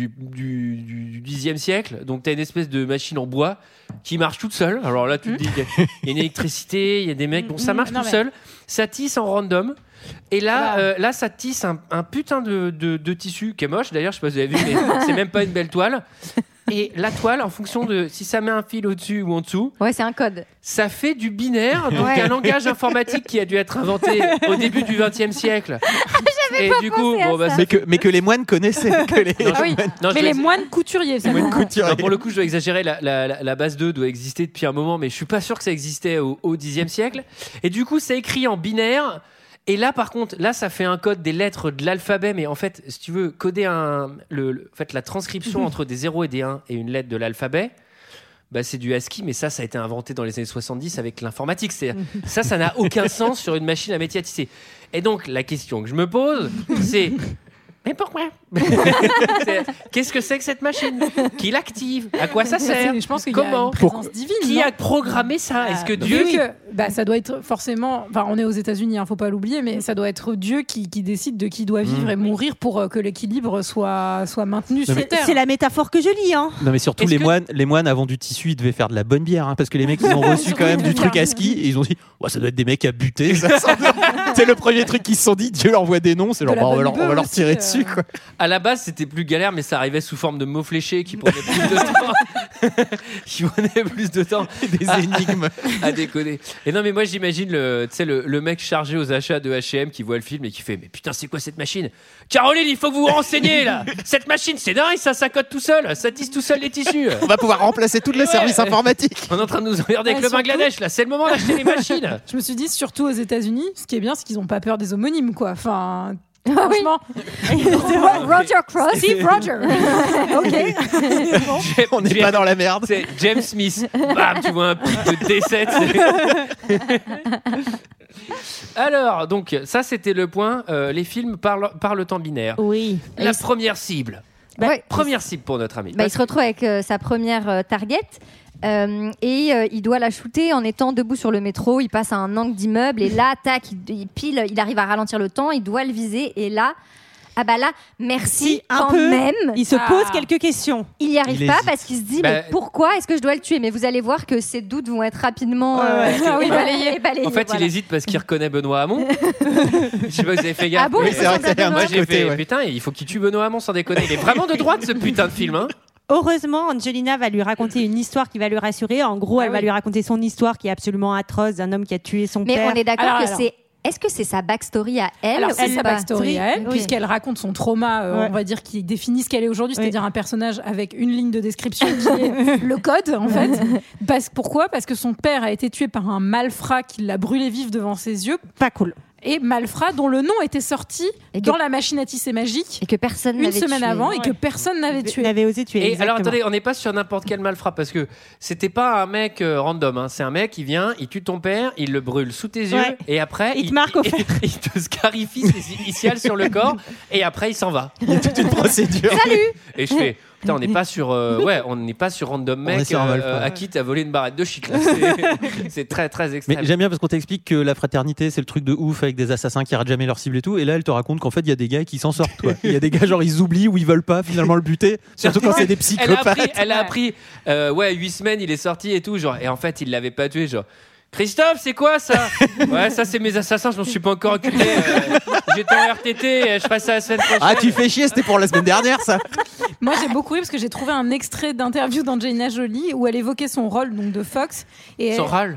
10e siècle. Donc tu as une espèce de machine en bois qui marche toute seule. Alors là, tu te dis qu'il y a une électricité, il y a des mecs. Bon, ça marche tout seul. Ça tisse en random. Et là, ça tisse un putain de tissu qui est moche. D'ailleurs, je sais pas si vous avez vu, mais c'est même pas une belle toile. Et la toile, en fonction de si ça met un fil au-dessus ou en dessous, c'est un code. Ça fait du binaire, donc un langage informatique qui a dû être inventé au début du XXe siècle. J'avais pas pensé à ça. Mais que les moines connaissaient. Les moines couturiers. Non, pour le coup, je dois exagérer. La base 2 doit exister depuis un moment, mais je suis pas sûr que ça existait au Xe siècle. Et du coup, c'est écrit en binaire. Et là, par contre, ça fait un code des lettres de l'alphabet, mais en fait, si tu veux coder la transcription entre des 0 et des 1 et une lettre de l'alphabet, c'est du ASCII, mais ça a été inventé dans les années 70 avec l'informatique. Ça n'a aucun sens sur une machine à métier à tisser. Et donc, la question que je me pose, c'est... Mais pourquoi? Qu'est-ce que c'est que cette machine? Qui l'active? À quoi ça sert? Je pense qu'il Comment? y a une présence divine. Qui a programmé ça? Est-ce que Dieu... ça doit être forcément... Enfin, on est aux États-Unis, faut pas l'oublier, mais ça doit être Dieu qui décide de qui doit vivre et mourir pour que l'équilibre soit maintenu sur Terre. C'est la métaphore que je lis. Non, mais surtout, les moines, avant du tissu, ils devaient faire de la bonne bière, parce que les mecs, ils ont reçu quand même du truc à ski et ils ont dit ça doit être des mecs à buter. C'est le premier truc qu'ils se sont dit. Dieu leur envoie des noms, c'est genre on va leur tirer dessus. dessus, quoi. À la base, c'était plus galère, mais ça arrivait sous forme de mots fléchés qui prenaient plus de temps. Des énigmes à décoder. Et non, mais moi, j'imagine le mec chargé aux achats de H&M qui voit le film et qui fait mais putain, c'est quoi cette machine? Caroline, il faut que vous vous renseigniez là. Cette machine, c'est dingue, ça code tout seul, ça tisse tout seul les tissus. On va pouvoir remplacer tous les services informatiques. On est en train de nous emmerder avec le Bangladesh là. C'est le moment d'acheter les machines. Je me suis dit, surtout aux États-Unis, ce qui est bien, c'est qu'ils n'ont pas peur des homonymes, quoi. Enfin. Franchement, Roger Cross, Steve Roger. Ok. On n'est pas dans la merde. C'est James Smith. Bam, tu vois un pic de D7. Alors, donc, ça c'était le point. Les films par le temps binaire. Oui. La première cible. Première cible pour notre ami. Il se retrouve avec sa première target. Il doit la shooter en étant debout sur le métro. Il passe à un angle d'immeuble et là, tac, il arrive à ralentir le temps. Il doit le viser et là, merci quand même. Il se pose quelques questions. Il n'y arrive pas parce qu'il se dit mais pourquoi est-ce que je dois le tuer? Mais vous allez voir que ses doutes vont être rapidement balayés. En fait, il hésite parce qu'il reconnaît Benoît Hamon. Je sais pas si vous avez fait gaffe. Ah bon, oui, c'est vrai que ça a moi j'ai fait putain, il faut qu'il tue Benoît Hamon sans déconner. Il est vraiment de droite ce putain de film, hein. Heureusement, Angelina va lui raconter une histoire qui va lui rassurer. En gros, elle va lui raconter son histoire qui est absolument atroce d'un homme qui a tué son père. Mais on est d'accord que c'est... Est-ce que c'est sa backstory à elle? Alors, c'est sa backstory à elle, puisqu'elle raconte son trauma, on va dire, qui définit ce qu'elle est aujourd'hui, c'est-à-dire un personnage avec une ligne de description qui est le code, en fait. Pourquoi? Parce que son père a été tué par un malfrat qui l'a brûlé vif devant ses yeux. Pas cool. Et malfrat dont le nom était sorti dans la machine à tisser magique et que personne une semaine avant et que personne n'avait tué. N'avait osé tuer. Et exactement. alors attendez, on n'est pas sur n'importe quel malfrat parce que c'était pas un mec random, hein. C'est un mec qui vient, il tue ton père, il le brûle sous tes yeux et après il te marque au fer. Il te scarifie ses initiales sur le corps et après il s'en va. Il y a toute une procédure. Salut. Et je fais putain, on n'est pas sur on n'est pas sur random mec à qui t'as volé une barrette de shit là. C'est très très extrême. Mais j'aime bien parce qu'on t'explique que la fraternité c'est le truc de ouf avec des assassins qui ratent jamais leur cible et tout, et là elle te raconte qu'en fait il y a des gars qui s'en sortent, quoi. Il y a des gars genre ils oublient ou ils veulent pas finalement le buter, surtout quand c'est des psychopathes. Elle a appris 8 semaines il est sorti et tout genre, et en fait il l'avait pas tué genre. Christophe, c'est quoi ça? Ouais, ça c'est mes assassins, je m'en suis pas encore occupé. J'étais en RTT, je passe à la semaine prochaine. Ah, tu fais chier, c'était pour la semaine dernière ça. Moi j'ai beaucoup ri parce que j'ai trouvé un extrait d'interview d'Angelina Jolie où elle évoquait son rôle donc de Fox. Et son rôle,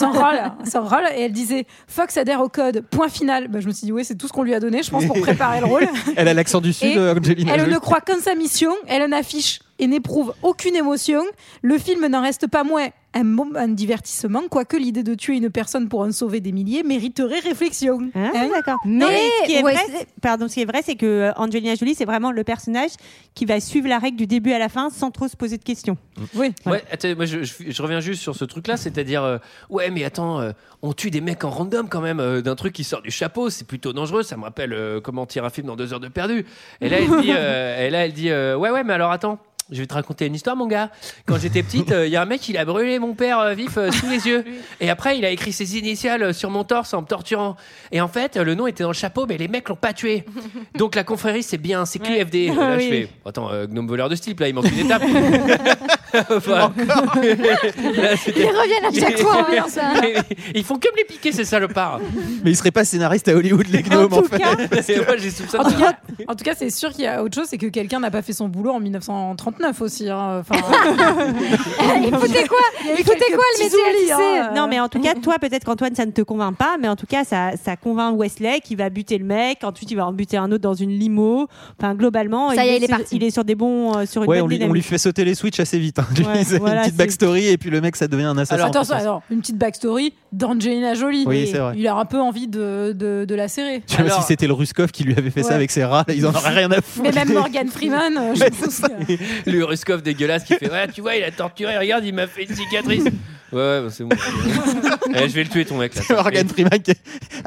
et elle disait Fox adhère au code, point final. Je me suis dit ouais, c'est tout ce qu'on lui a donné, je pense, pour préparer le rôle. Elle a l'accent du sud, Angelina Jolie. Elle ne croit qu'en sa mission, elle en affiche et n'éprouve aucune émotion. Le film n'en reste pas moins un divertissement, quoique l'idée de tuer une personne pour en sauver des milliers mériterait réflexion. D'accord. Mais ce qui est vrai, c'est que Angelina Jolie, c'est vraiment le personnage qui va suivre la règle du début à la fin sans trop se poser de questions. Oui. Ouais, attends, moi je reviens juste sur ce truc-là, c'est-à-dire ouais, mais attends, on tue des mecs en random quand même, d'un truc qui sort du chapeau, c'est plutôt dangereux. Ça me rappelle comment tirer un film dans 2 heures de perdu. Et là, elle dit, ouais, mais alors attends. Je vais te raconter une histoire, mon gars. Quand j'étais petite, il y a un mec, il a brûlé mon père vif sous les yeux. Et après, il a écrit ses initiales sur mon torse en me torturant. Et en fait, le nom était dans le chapeau, mais les mecs l'ont pas tué. Donc la confrérie, c'est bien, c'est QFD. Là, je fais, attends, gnome voleur de slip, là, il manque une étape. Enfin, là, ils reviennent à chaque fois. Ça. Ils font que me les piquer, ces salopards. Mais ils seraient pas scénaristes à Hollywood, les gnomes, en fait. Moi, j'ai soupçonné. En tout cas, c'est sûr qu'il y a autre chose, c'est que quelqu'un n'a pas fait son boulot en 1939 aussi. Hein. Écoutez quoi le métier Non, mais en tout cas, toi, peut-être qu'Antoine, ça ne te convainc pas, mais en tout cas, ça convainc Wesley qui va buter le mec. Ensuite, il va en buter un autre dans une limo. Enfin, globalement, il est sur des bons, sur une bonne dynamique. On lui fait sauter les switches assez vite. Hein. Une petite backstory et puis le mec, ça devient un assassin. Alors, une petite backstory d'Angelina Jolie. Oui, c'est vrai. Il a un peu envie de la serrer. Je sais pas si c'était le Ruskov qui lui avait fait ça avec ses rats. Ils en auraient rien à foutre. Mais même Morgan Freeman, je pense que... Le Ruskov dégueulasse qui fait ouais, tu vois, il a torturé, regarde, il m'a fait une cicatrice. Ouais, c'est bon. Je vais le tuer, ton mec là. Morgan Freeman qui...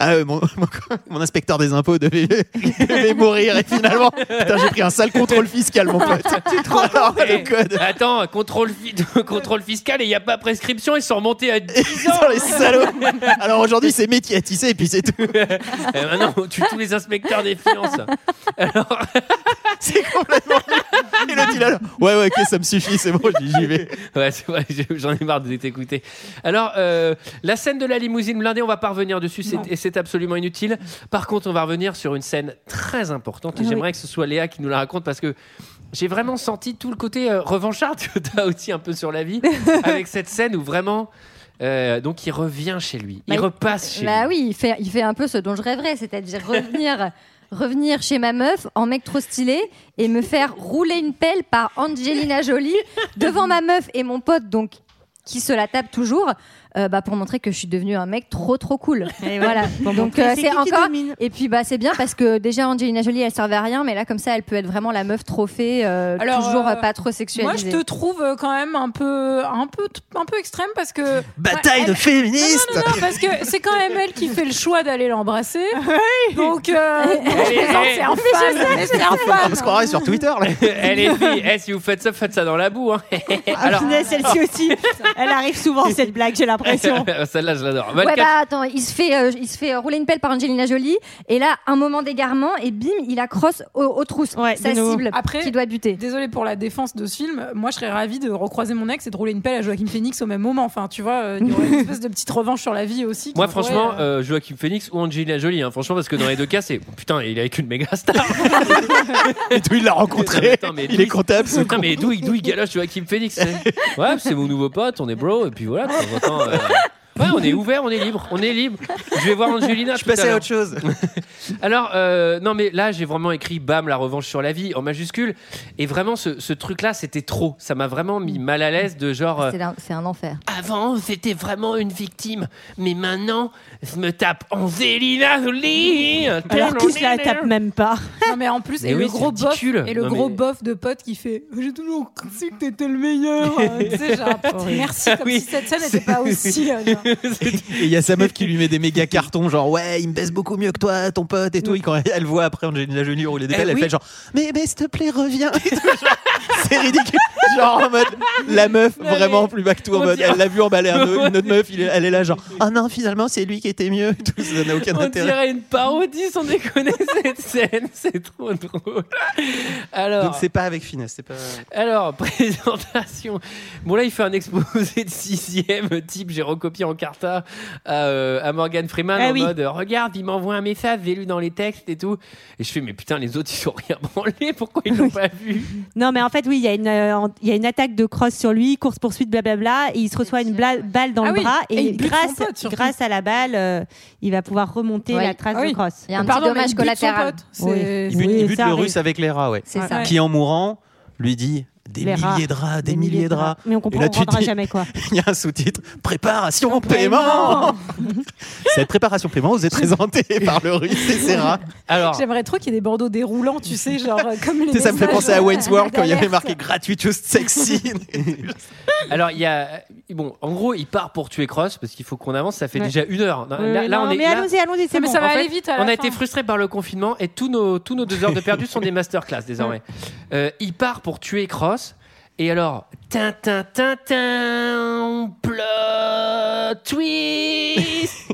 mon inspecteur des impôts devait mourir et finalement putain, j'ai pris un sale contrôle fiscal, mon pote. Tu te rends le code. Attends, contrôle fiscal et il n'y a pas prescription, ils sont remontés à 10 ans. Les salauds. Alors aujourd'hui c'est métier à tisser et puis c'est tout. Et maintenant on tue tous les inspecteurs des finances. Alors c'est complètement... Et l'autre il a ouais, ok, ça me suffit, c'est bon, j'y vais. Ouais, c'est vrai, j'en ai marre de t'écouter. Alors, la scène de la limousine blindée, on va pas revenir dessus, c'est absolument inutile. Par contre, on va revenir sur une scène très importante et j'aimerais que ce soit Léa qui nous la raconte parce que j'ai vraiment senti tout le côté revanchard que tu as aussi un peu sur la vie avec cette scène où vraiment donc il revient chez lui, il repasse chez lui. Oui, il fait un peu ce dont je rêverais, c'est-à-dire revenir chez ma meuf en mec trop stylé et me faire rouler une pelle par Angelina Jolie devant ma meuf et mon pote donc qui se la tape toujours pour montrer que je suis devenue un mec trop cool. Et voilà. Donc c'est encore et puis c'est bien parce que déjà Angelina Jolie elle servait à rien mais là comme ça elle peut être vraiment la meuf trophée toujours pas trop sexualisée. Moi je te trouve quand même un peu extrême parce que bataille de féministes. Non, parce que c'est quand même elle qui fait le choix d'aller l'embrasser. Donc c'est un fan. Parce qu'on arrive sur Twitter là. Elle est fille, si vous faites ça dans la boue hein. Alors celle-ci aussi. Elle arrive souvent cette blague, j'ai l'impression. Celle-là, je l'adore. Attends, il se fait rouler une pelle par Angelina Jolie et là, un moment d'égarement et bim, il accroche aux trousses sa cible qui doit buter. Désolée pour la défense de ce film, moi je serais ravie de recroiser mon ex et de rouler une pelle à Joaquin Phoenix au même moment. Enfin, tu vois, il y aurait une espèce de petite revanche sur la vie aussi. Moi, franchement, Joaquin Phoenix ou Angelina Jolie, hein, franchement, parce que dans les deux cas, c'est putain, il est avec une méga star. Et d'où il l'a rencontré. Il est comptable. Putain, mais d'où il galoche Joaquin Phoenix. Ouais, c'est mon nouveau pote, on est bro, et puis voilà, de temps en temps. Ouais, on est ouvert, on est libre. Je vais voir Angelina. Je passais à autre chose. Alors, non, mais là, j'ai vraiment écrit bam, la revanche sur la vie en majuscule. Et vraiment, ce truc-là, c'était trop. Ça m'a vraiment mis mal à l'aise de genre. C'est un enfer. Avant, c'était vraiment une victime. Mais maintenant, je me tape Angelina Jolie. Alors qu'il se la tape même pas. Non, mais en plus, le gros bof de pote qui fait j'ai toujours cru que t'étais le meilleur. Tu sais, genre, merci, comme si cette scène n'était pas aussi. Et il y a sa meuf qui lui met des méga cartons genre ouais il me baisse beaucoup mieux que toi ton pote et tout et quand elle voit après Angelina Jolie rouler des pelles elle fait genre mais s'il te plaît reviens et tout, genre, c'est ridicule genre en mode la meuf vraiment plus bas que tout en mode elle l'a vu emballer une autre meuf elle est là genre ah non finalement c'est lui qui était mieux et tout ça n'a aucun intérêt. On dirait une parodie sans déconner cette scène c'est trop drôle. Alors donc c'est pas avec finesse c'est pas. Alors présentation bon là il fait un exposé de 6e type j'ai recopié en carta à Morgan Freeman mode regarde il m'envoie un message j'ai lu dans les textes et tout et je fais mais putain les autres ils sont rien branlés pourquoi ils l'ont pas vu. Non mais en fait oui il y a une attaque de crosse sur lui course poursuite blablabla et il se reçoit une balle dans le bras et grâce à la balle il va pouvoir remonter la trace de crosse. Il y a un petit dommage collatéral. Il bute le russe avec les rats qui en mourant lui dit des milliers de rats. Mais on comprendra jamais quoi. Il y a un sous-titre préparation paiement. Cette préparation paiement vous est présentée par le russe et ses rats. Alors j'aimerais trop qu'il y ait des bandeaux déroulants, tu sais, genre comme les. Ça me fait penser à Wayne's World quand il y avait marqué gratuit just sexy. Alors il y a en gros il part pour tuer Cross parce qu'il faut qu'on avance. Ça fait déjà 1 heure. Là on est. Mais allons-y, c'est bon. Ça va aller vite. On a été frustrés par le confinement et tous nos 2 heures de perdu sont des masterclass désormais. Il part pour tuer Cross. Et alors, plot twist.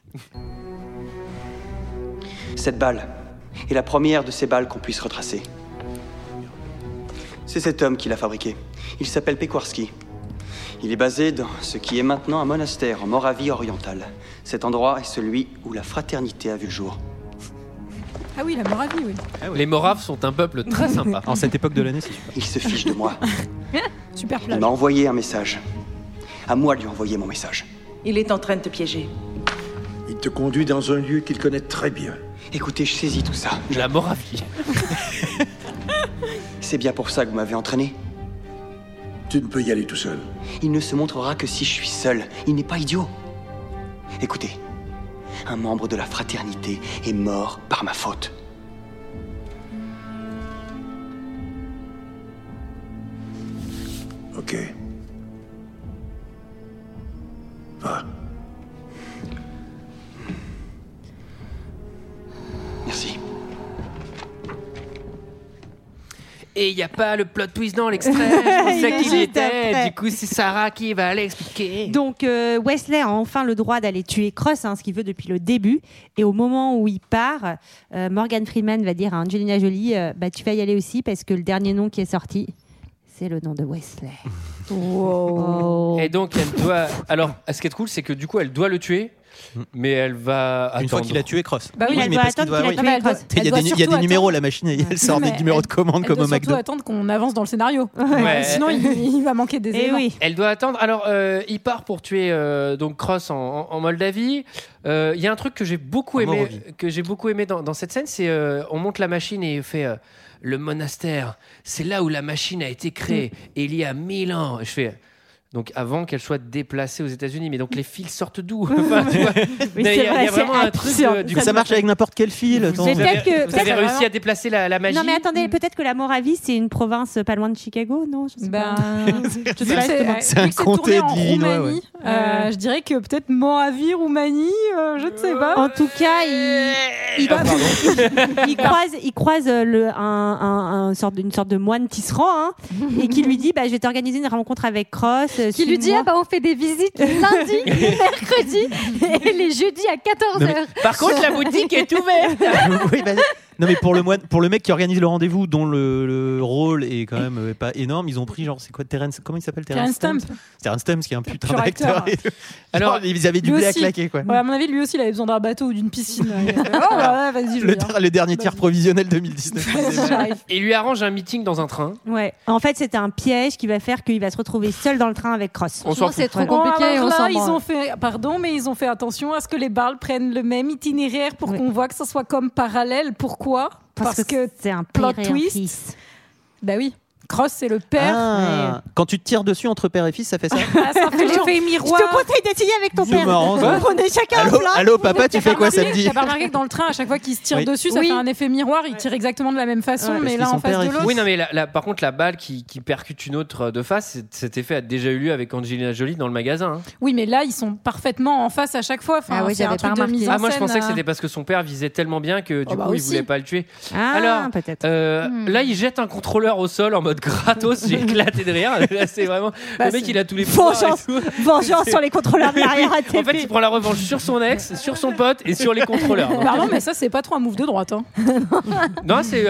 Cette balle est la première de ces balles qu'on puisse retracer. C'est cet homme qui l'a fabriquée. Il s'appelle Pekowarski. Il est basé dans ce qui est maintenant un monastère en Moravie orientale. Cet endroit est celui où la fraternité a vu le jour. Ah oui, la Moravie, oui. Les Moraves sont un peuple très sympa. En cette époque de l'année, c'est super. Il se fiche de moi. Super plage. Il m'a envoyé un message. À moi de lui envoyer mon message. Il est en train de te piéger. Il te conduit dans un lieu qu'il connaît très bien. Écoutez, je saisis tout ça. La Moravie. C'est bien pour ça que vous m'avez entraîné. Tu ne peux y aller tout seul. Il ne se montrera que si je suis seul. Il n'est pas idiot. Écoutez. Un membre de la fraternité est mort par ma faute. Ok. Va. Merci. Et il n'y a pas le plot twist dans l'extrait. Je pensais qu'il y était. Du coup, c'est Sarah qui va l'expliquer. Donc, Wesley a enfin le droit d'aller tuer Cross, ce qu'il veut depuis le début. Et au moment où il part, Morgan Freeman va dire à Angelina Jolie tu vas y aller aussi parce que le dernier nom qui est sorti, C'est le nom de Wesley. Et donc, elle doit. Alors, ce qui est cool, c'est que du coup, elle doit le tuer. Mais elle va attendre. Une fois qu'il a tué Cross. Bah oui, elle doit attendre qu'il a tué Cross. Il y a des numéros, la machine, et elle sort des numéros de commande comme au McDo. Elle doit surtout attendre qu'on avance dans le scénario. Sinon, il va manquer des éléments. Elle doit attendre. Alors, il part pour tuer donc Cross en Moldavie. Il y a un truc que j'ai beaucoup aimé dans cette scène, c'est on monte la machine et il fait le monastère. C'est là où la machine a été créée. Et il y a 1000 ans. Je fais. Donc avant qu'elle soit déplacée aux États-Unis, mais donc les fils sortent d'où? Enfin, tu vois, il y a vraiment un truc. Ça marche avec n'importe quel fil. Vous avez réussi à déplacer la magie. Non mais attendez, peut-être que la Moravie c'est une province pas loin de Chicago, non? Je sais pas. C'est un comté de l'Illinois. Je dirais que peut-être Moravie, Roumanie, je ne sais pas. En tout cas, il croise une sorte de moine tisserand et qui lui dit je vais t'organiser une rencontre avec Cross. Qui lui dit on fait des visites lundi, mercredi et les jeudis à 14h. Par contre, la boutique est ouverte. Oui, non mais pour le mec qui organise le rendez-vous, dont le rôle est quand même pas énorme, ils ont pris genre c'est quoi Terrence, comment il s'appelle Terrence Stamp, qui est un putain d'acteur. Alors ils avaient du blé à claquer quoi. Ouais, à mon avis lui aussi il avait besoin d'un bateau ou d'une piscine. Vas-y, le dernier tir provisionnel 2019. Il lui arrange un meeting dans un train. Ouais. En fait, c'est un piège qui va faire qu'il va se retrouver seul dans le train avec Cross. C'est trop compliqué. Ils ont fait attention à ce que les balles prennent le même itinéraire pour qu'on voit que ça soit comme parallèle. Pourquoi? Parce que c'est un plot père et twist. un fils. Bah oui. Cross, c'est le père. Quand tu te tires dessus entre père et fils, ça fait ça? Ça fait l'effet miroir. Je te conseille d'essayer avec ton père. Marrant, vous prenez chacun un plat. Allô, papa, tu fais quoi samedi? T'as pas remarqué que dans le train, à chaque fois qu'il se tire dessus, ça fait un effet miroir. Il tire exactement de la même façon, mais là en face de l'autre. Oui, non, mais par contre, la balle qui percute une autre de face, cet effet a déjà eu lieu avec Angelina Jolie dans le magasin. Oui, mais là, ils sont parfaitement en face à chaque fois. Enfin, c'est un truc de mise en scène. Moi, je pensais que c'était parce que son père visait tellement bien que du coup, il voulait pas le tuer. Alors, peut-être. Là, il jette un contrôleur au sol en mode gratos. J'ai éclaté de rire. Là, c'est vraiment le mec, il a tous les pouvoirs. Vengeance sur les contrôleurs de l'arrière ATP. En fait, il prend la revanche sur son ex, sur son pote et sur les contrôleurs. Pardon, mais ça, c'est pas trop un move de droite. Non, c'est.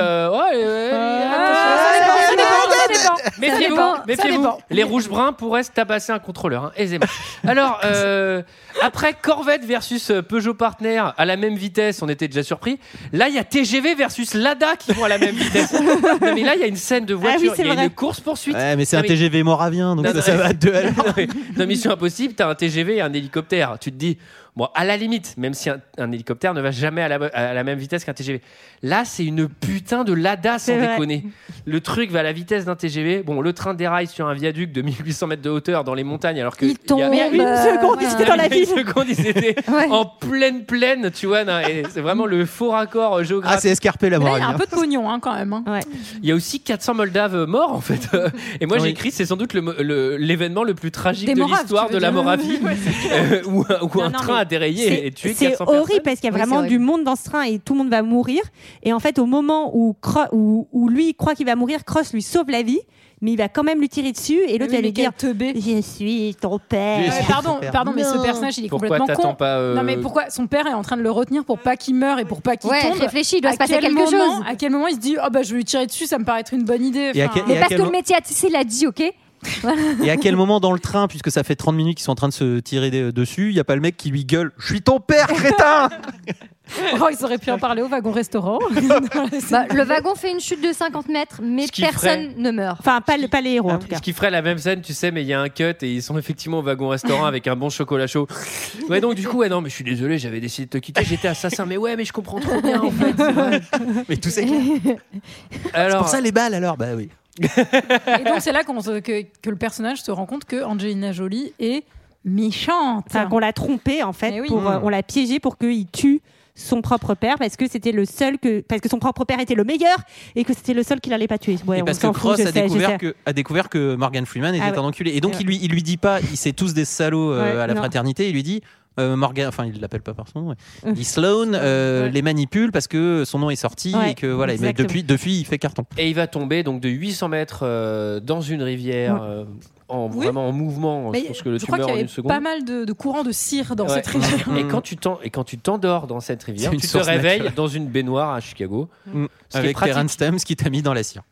Méfiez-vous. Les rouges-bruns pourraient se tabasser un contrôleur, aisément. Alors, après Corvette versus Peugeot Partner à la même vitesse, on était déjà surpris. Là, il y a TGV versus Lada qui vont à la même vitesse. Non, mais là, il y a une scène de voiture, il y a une course-poursuite. Ouais, mais c'est un TGV moravien, donc ça va à 2 à l'heure. Dans Mission Impossible, t'as un TGV et un hélicoptère. Tu te dis, bon, à la limite, même si un hélicoptère ne va jamais à la même vitesse qu'un TGV. Là, c'est une putain de Lada, sans déconner. Le truc va à la vitesse d'un TGV. Bon, le train déraille sur un viaduc de 1800 mètres de hauteur dans les montagnes, alors que. Il tombe. Il y a une seconde, ils étaient dans la ville. Une seconde, ils étaient en pleine plaine, tu vois. Et c'est vraiment le faux raccord géographique. Ah, c'est escarpé la Moravie. Il y a un peu de pognon, quand même. Il y a aussi 400 Moldaves morts, en fait. Et moi, j'ai écrit, c'est sans doute l'événement le plus tragique de l'histoire de la Moravie, où un train a déraillé et tué 400 personnes. C'est horrible parce qu'il y a vraiment du monde dans ce train et tout le monde va mourir. Et en fait, au moment où lui croit qu'il va mourir, Cross lui sauve la vie. Mais il va quand même lui tirer dessus et l'autre va lui dire je suis ton père. Pardon, mais ce personnage il est complètement con. Non mais pourquoi son père est en train de le retenir pour pas qu'il meure et pour pas qu'il tombe? Réfléchis, il doit se passer quelque chose. À quel moment il se dit je vais lui tirer dessus, ça me paraît être une bonne idée. Mais parce que le métier à tisser l'a dit, ok. Voilà. Et à quel moment dans le train, puisque ça fait 30 minutes qu'ils sont en train de se tirer dessus, il n'y a pas le mec qui lui gueule « Je suis ton père, crétin !» Ils auraient pu en parler au wagon-restaurant. Le wagon fait une chute de 50 mètres, mais personne ne meurt. Enfin, pas les héros, en tout cas. Ce qui ferait la même scène, tu sais, mais il y a un cut et ils sont effectivement au wagon-restaurant avec un bon chocolat chaud. Ouais, donc du coup, non, mais je suis désolé, j'avais décidé de te quitter, j'étais assassin. Mais ouais, mais je comprends trop bien, en fait. Mais tout c'est clair. C'est pour ça les balles, alors. Bah oui. Et donc c'est là que le personnage se rend compte que Angelina Jolie est méchante. Enfin, qu'on l'a trompée en fait, on l'a piégée pour qu'il tue son propre père parce que c'était le seul parce que son propre père était le meilleur et que c'était le seul qu'il allait pas tuer. Ouais, et parce que Cross a découvert que Morgan Freeman était un enculé et donc il lui dit pas, c'est tous des salauds à la fraternité, il lui dit Morgan, enfin il l'appelle pas par son nom, il dit Sloane les manipule parce que son nom est sorti et que voilà, mais depuis il fait carton. Et il va tomber donc de 800 mètres dans une rivière. Vraiment en mouvement, je pense que le tumeur en une seconde. Je crois qu'il y avait pas mal de courants de cire dans cette rivière. Et quand tu t'endors dans cette rivière, tu te réveilles dans une baignoire à Chicago. Avec Terrence Stamps qui t'a mis dans la cire.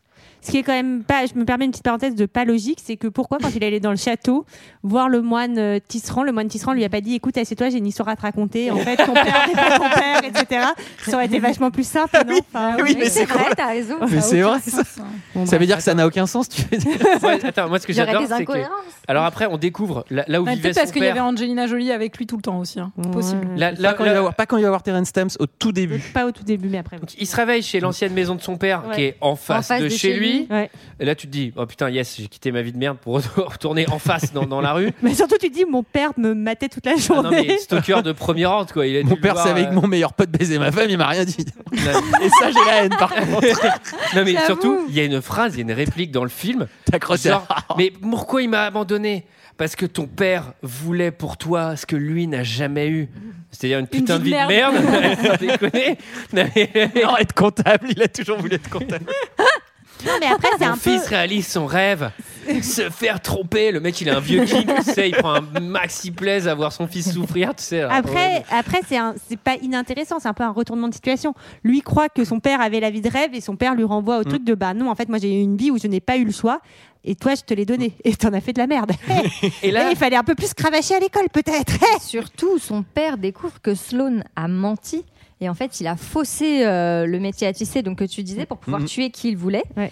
Ce qui est quand même pas, je me permets une petite parenthèse de pas logique, c'est que pourquoi quand il est allé dans le château voir le moine Tisserand lui a pas dit écoute assieds-toi, j'ai une histoire à te raconter, en fait ton père n'est pas ton père, etc. Ça aurait été vachement plus simple, non Oui, mais c'est vrai, t'as raison. Mais c'est vrai, ça. Ça veut dire que ça n'a aucun sens, tu veux dire. Attends, moi ce que Il y aurait j'adore, des c'est que... incohérences. Alors après, on découvre là où vivait Peut-être son parce qu'il y avait père. Angelina Jolie avec lui tout le temps aussi. Possible. Pas quand il va voir Terence Stamps au tout début. Pas au tout début, mais après. Il se réveille chez l'ancienne maison de son père, qui est en face de chez lui. Ouais. Et là, tu te dis, oh putain, yes, j'ai quitté ma vie de merde pour retourner en face dans la rue. Mais surtout, tu te dis, mon père me matait toute la journée. Ah non, mais stalker de premier ordre, quoi. Il a dû Mon le père, voir, c'est avec mon meilleur pote baiser ma femme, il m'a rien dit. Et ça, j'ai la haine, par contre. Non, mais J'avoue. surtout, il y a une phrase, il y a une réplique dans le film. T'accroches Genre, mais pourquoi il m'a abandonné? Parce que ton père voulait pour toi ce que lui n'a jamais eu. C'est-à-dire une putain de vie de merde. Sans déconner. Non, être comptable, il a toujours voulu être comptable. Non, mais après, c'est Mon un peu. fils réalise son rêve, se faire tromper. Le mec, il a un vieux kick, tu sais, il prend un maxi plaisir à voir son fils souffrir, tu sais. Après, c'est pas inintéressant, c'est un peu un retournement de situation. Lui croit que son père avait la vie de rêve et son père lui renvoie au truc de bah non, en fait, moi j'ai eu une vie où je n'ai pas eu le choix et toi je te l'ai donné et t'en as fait de la merde. Et là, il fallait un peu plus cravacher à l'école peut-être. Surtout, son père découvre que Sloane a menti. Et en fait, il a faussé le métier à tisser, donc que tu disais, pour pouvoir tuer qui il voulait. Ouais.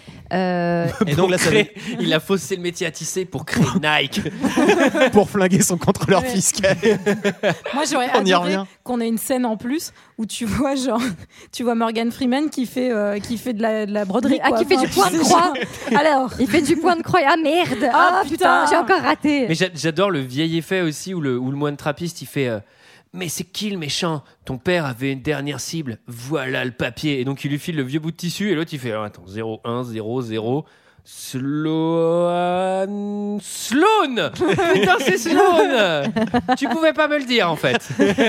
Et donc là, il a faussé le métier à tisser pour créer Nike. pour flinguer son contrôleur fiscal. Moi, j'aurais On y adoré revient. qu'on ait une scène en plus où tu vois Morgan Freeman qui fait de la broderie. Ah, qui fait du point de croix. Alors, il fait du point de croix. Ah merde. Ah putain, j'ai encore raté. Mais j'adore le vieil effet aussi où le moine trappiste il fait mais c'est qui le méchant? Ton père avait une dernière cible, voilà le papier. Et donc il lui file le vieux bout de tissu et l'autre il fait attends 0 1 0 0 Sloane. Putain, c'est Sloane. Tu pouvais pas me le dire en fait.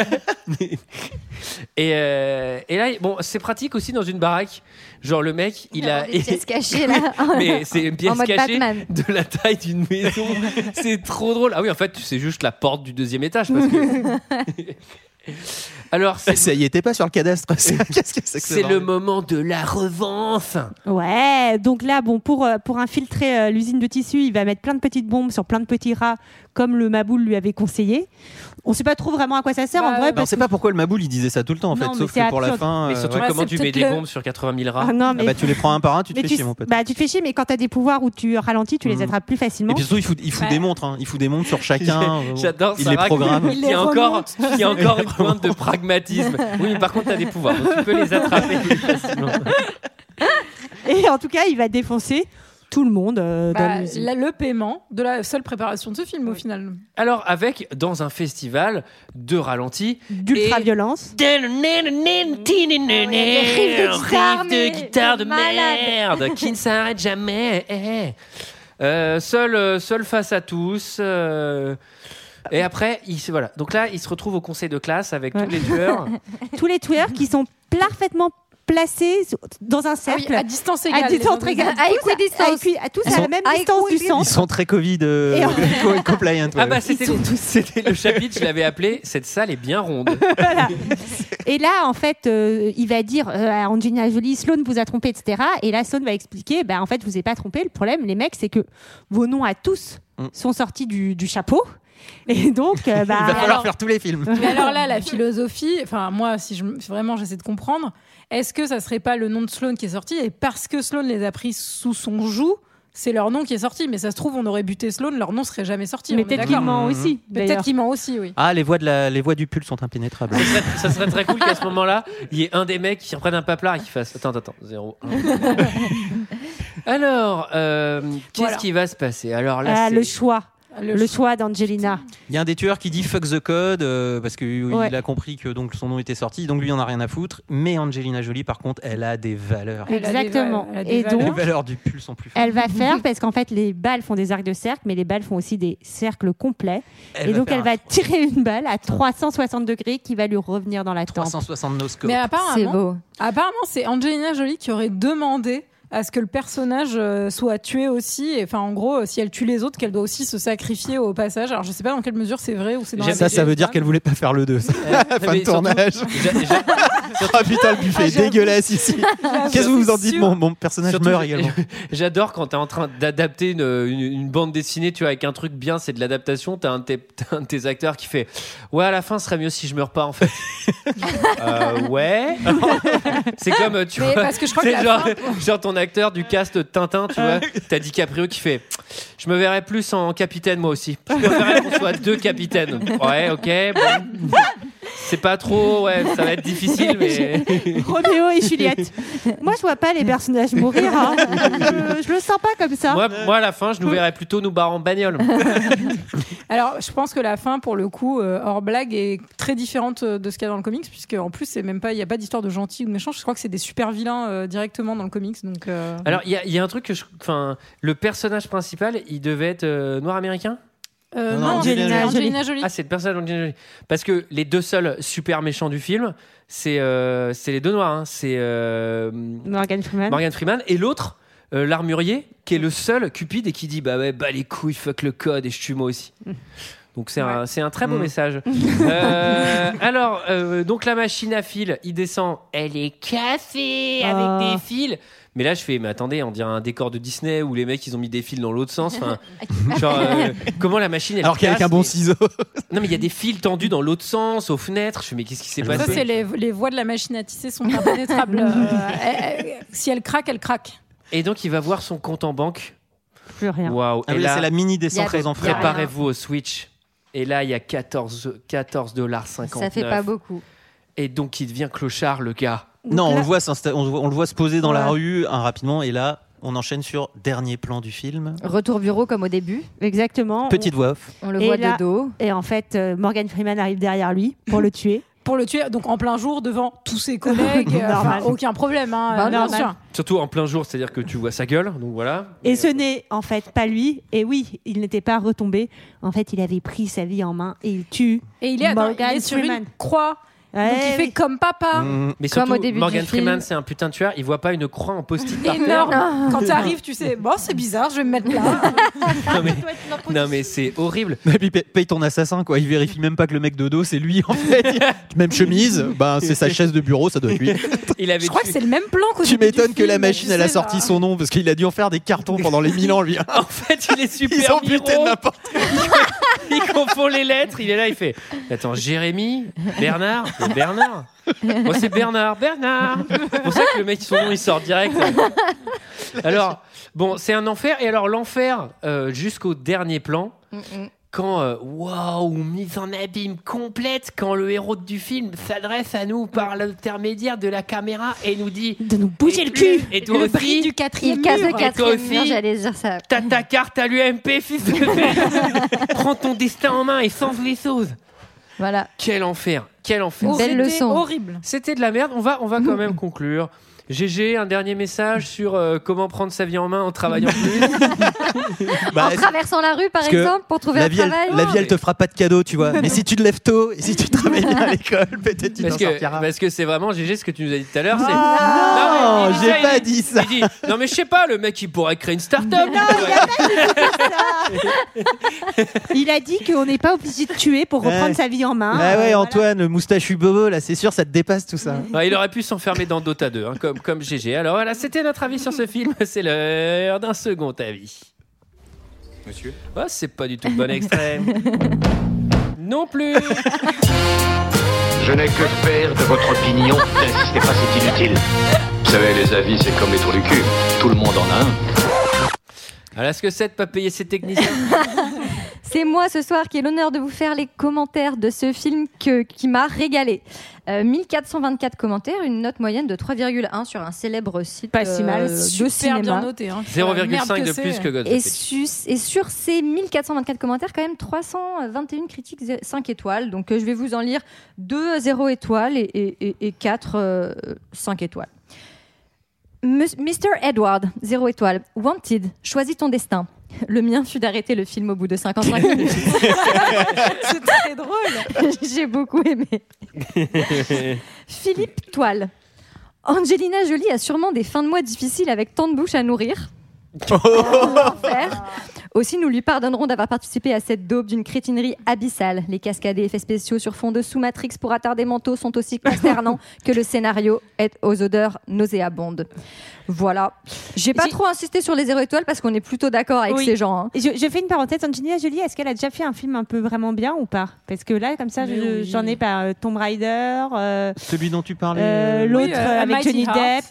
Et là, bon, c'est pratique aussi dans une baraque. Genre le mec, il a des pièces cachées là. mais c'est une pièce En mode cachée Batman. de la taille d'une maison. C'est trop drôle. Ah oui, en fait, c'est juste la porte du 2e étage parce que. Alors, ça y était pas sur le cadastre. Qu'est-ce que c'est que c'est le moment de la revanche. Ouais, donc là, bon, pour infiltrer l'usine de tissu, il va mettre plein de petites bombes sur plein de petits rats, comme le Maboul lui avait conseillé. On sait pas trop vraiment à quoi ça sert en vrai. On sait pas pourquoi le Maboul il disait ça tout le temps en fait, Non, mais sauf c'est que pour la absurde. fin. Mais surtout, comment tu mets des bombes sur 80 000 rats? Ah non, mais... tu les prends un par un, tu te Mais fais chier mon pote. Bah, tu te fais chier, mais quand t'as des pouvoirs où tu ralentis, tu les attrapes plus facilement. Et puis surtout, il fout des montres. Hein. Il fout des montres sur chacun. J'adore Il les Sarah programme. qui a encore une pointe de pragmatisme. Oui, mais par contre, t'as des pouvoirs, donc tu peux les attraper plus facilement. Et en tout cas, il va défoncer tout le monde dans l'usine. Le paiement de la seule préparation de ce film au final. Alors, avec, dans un festival de ralenti, d'ultra-violence. Riff de guitare de merde qui ne s'arrête jamais. Seul face à tous. Et après, voilà. Donc là, il se retrouve au conseil de classe avec tous les tueurs. Tous les tueurs qui sont parfaitement placés dans un cercle. à distance égale. À distance égale. À équidistance. Tous à la même distance du centre. Ils sont très Covid compliant. Ah bah c'était le chapitre, je l'avais appelé cette salle est bien ronde. Voilà. Et là en fait il va dire à Angelina Jolie, Sloane vous a trompé, etc. Et là Sloane va expliquer, bah en fait je vous ai pas trompé, le problème les mecs c'est que vos noms à tous sont sortis du chapeau. Et donc, il va falloir faire tous les films. Mais alors là, la philosophie, enfin moi, si vraiment j'essaie de comprendre, est-ce que ça serait pas le nom de Sloane qui est sorti et parce que Sloane les a pris sous son joug, c'est leur nom qui est sorti. Mais ça se trouve, on aurait buté Sloane, leur nom serait jamais sorti. Mais peut-être qu'il ment aussi. Peut-être qu'il ment aussi, oui. Ah, les voix du pull sont impénétrables. Ça serait très cool qu'à ce moment-là, il y ait un des mecs qui reprenne un paplard et qui fasse attends 0 1. Alors, qu'est-ce qui va se passer? Alors là, le choix. Le choix d'Angelina. Il y a un des tueurs qui dit fuck the code parce qu'il a compris que donc son nom était sorti, donc lui il en a rien à foutre. Mais Angelina Jolie par contre, elle a des valeurs. Exactement. Et donc les valeurs du pull sont plus fortes. Elle va faire parce qu'en fait les balles font des arcs de cercle, mais les balles font aussi des cercles complets. Et donc elle va tirer une balle à 360 degrés qui va lui revenir dans la tempe. 360 no scope. Mais C'est beau. apparemment c'est Angelina Jolie qui aurait demandé à ce que le personnage soit tué aussi. Et, enfin, en gros, si elle tue les autres, qu'elle doit aussi se sacrifier au passage. Alors, je sais pas dans quelle mesure c'est vrai ou c'est dans Ça veut dire qu'elle voulait pas faire le 2. Fin de tournage. Ah putain, le buffet est dégueulasse ici. Qu'est-ce que vous en dites? Mon personnage meurt également. J'adore quand t'es en train d'adapter une bande dessinée, tu vois, avec un truc bien, c'est de l'adaptation. T'as un de tes acteurs qui fait ouais, à la fin, ce serait mieux si je meurs pas en fait. Ouais. C'est comme tu vois. Parce que je crois que genre ton acteur du cast Tintin, tu vois, t'as DiCaprio qui fait je me verrais plus en capitaine moi aussi. Je préférerais qu'on soit 2 capitaines. Ouais, ok, bon. C'est pas trop, ça va être difficile, mais. Roméo et Juliette. Moi, je vois pas les personnages mourir. Hein. Je le sens pas comme ça. Moi, à la fin, je nous verrais plutôt nous barrer en bagnole. Alors, je pense que la fin, pour le coup, hors blague, est très différente de ce qu'il y a dans le comics, puisque en plus, c'est même pas, il y a pas d'histoire de gentil ou de méchant. Je crois que c'est des super vilains directement dans le comics. Donc. Alors, il y a un truc que le personnage principal, il devait être noir américain. Non, Angelina Jolie. Ah, c'est le personnage d'Angelina Jolie. Parce que les 2 seuls super méchants du film, c'est les 2 noirs. Hein. C'est Morgan Freeman et l'autre, l'armurier, qui est le seul Cupid et qui dit bah les couilles, fuck le code et je tue moi aussi. Donc c'est un très beau message. Alors, donc la machine à fil, il descend, elle est cassée avec des fils. Mais là, je fais, mais attendez, on dirait un décor de Disney où les mecs, ils ont mis des fils dans l'autre sens. Enfin, genre, comment la machine, elle alors qu'avec un bon ciseau. Non, mais il y a des fils tendus dans l'autre sens, aux fenêtres. Je fais, mais qu'est-ce qui s'est passé? Ça, c'est les voies de la machine à tisser sont impénétrables. Si elle craque, elle craque. Et donc, il va voir son compte en banque. Plus rien. Waouh. Et là, c'est la mini descente aux enfers. Préparez-vous au Switch. Et là, il y a $14,59. Ça fait pas beaucoup. Et donc, il devient clochard, le gars. Non, on le voit se poser dans la rue rapidement, et là, on enchaîne sur dernier plan du film. Retour bureau comme au début. Exactement. Petite voix off. On le voit de dos. Et en fait, Morgan Freeman arrive derrière lui pour le tuer. Pour le tuer, donc en plein jour, devant tous ses collègues. Aucun problème. Hein, bien sûr. Surtout en plein jour, c'est-à-dire que tu vois sa gueule, donc voilà. Et ce n'est en fait pas lui. Et oui, il n'était pas retombé. En fait, il avait pris sa vie en main et il tue. Et il est sur une croix. Donc il fait comme papa. Mais surtout, comme au début Morgan Freeman, c'est un putain de tueur. Il voit pas une croix en post-it par terre. Énorme. Quand t'arrives, tu sais, bon, c'est bizarre, je vais me mettre là. non mais c'est horrible. Et puis paye ton assassin, quoi. Il vérifie même pas que le mec de dos, c'est lui en fait. Même chemise, c'est sa chaise de bureau, ça doit être lui. Je crois que c'est le même plan qu'au Tu m'étonnes que la machine, elle a sorti son nom parce qu'il a dû en faire des cartons pendant les 1000 ans, lui. En fait, il est super. Ils ont buté n'importe quoi. Il confond les lettres. Il est là, il fait. Attends, Jérémy, Bernard. Moi, c'est Bernard. C'est pour ça que le mec, son nom, il sort direct. Alors, bon, c'est un enfer. Et alors, l'enfer, jusqu'au dernier plan, quand, mise en abîme complète, quand le héros du film s'adresse à nous par l'intermédiaire de la caméra et nous dit de nous bouger le cul. Et toi aussi, il casse le quatrième mur, j'allais dire ça. T'as ta carte à l'UMP, fils de pute. Prends ton destin en main et change les choses. Voilà. Quel enfer. Belle leçon. Horrible. C'était de la merde. On va quand même conclure. GG, un dernier message sur comment prendre sa vie en main en travaillant plus. En traversant la rue, par exemple, pour trouver un travail. La vie, elle te fera pas de cadeau, tu vois. Mais si tu te lèves tôt et si tu travailles bien à l'école, peut-être tu t'en sortiras. Parce que c'est vraiment, GG, ce que tu nous as dit tout à l'heure. Non, j'ai pas dit ça. Il dit, non, mais je sais pas, le mec, il pourrait créer une start-up. Il a dit qu'on n'est pas obligé de tuer pour reprendre sa vie en main. Ah ouais, Antoine, moustachu bobo, là, c'est sûr, ça te dépasse tout ça. Il aurait pu s'enfermer dans Dota 2, comme GG. Alors voilà, c'était notre avis sur ce film. C'est l'heure d'un second avis. Monsieur ? C'est pas du tout le bon extrait. Non plus. Je n'ai que faire de votre opinion. N'insistez pas, c'est inutile. Vous savez, les avis, c'est comme les trous du cul. Tout le monde en a un. Alors, est-ce que c'est de pas payer ses techniciens? C'est moi ce soir qui ai l'honneur de vous faire les commentaires de ce film qui m'a régalé. 1424 commentaires, une note moyenne de 3,1 sur un célèbre site pas si mal, de super cinéma. Bien noté. Hein. 0,5 de plus que God. Et sur ces 1424 commentaires, quand même 321 critiques 5 étoiles. Donc je vais vous en lire 2 0 étoiles et 4 5 étoiles. Mr. Edward, 0 étoile. Wanted, choisis ton destin. Le mien fut d'arrêter le film au bout de 55 minutes. C'est très drôle. J'ai beaucoup aimé. Philippe Toile. Angelina Jolie a sûrement des fins de mois difficiles avec tant de bouches à nourrir. Enfer. Aussi, nous lui pardonnerons d'avoir participé à cette daube d'une crétinerie abyssale. Les cascades et effets spéciaux sur fond de sous-matrix pour attarder mentaux sont aussi consternants que le scénario est aux odeurs nauséabondes. Voilà. J'ai pas trop insisté sur les 0 étoiles parce qu'on est plutôt d'accord avec ces gens. Hein. Je fais une parenthèse. Angelina Jolie, est-ce qu'elle a déjà fait un film un peu vraiment bien ou pas? Parce que là, comme ça, j'en ai pas. Tomb Raider. Celui dont tu parlais. L'autre avec Johnny Depp.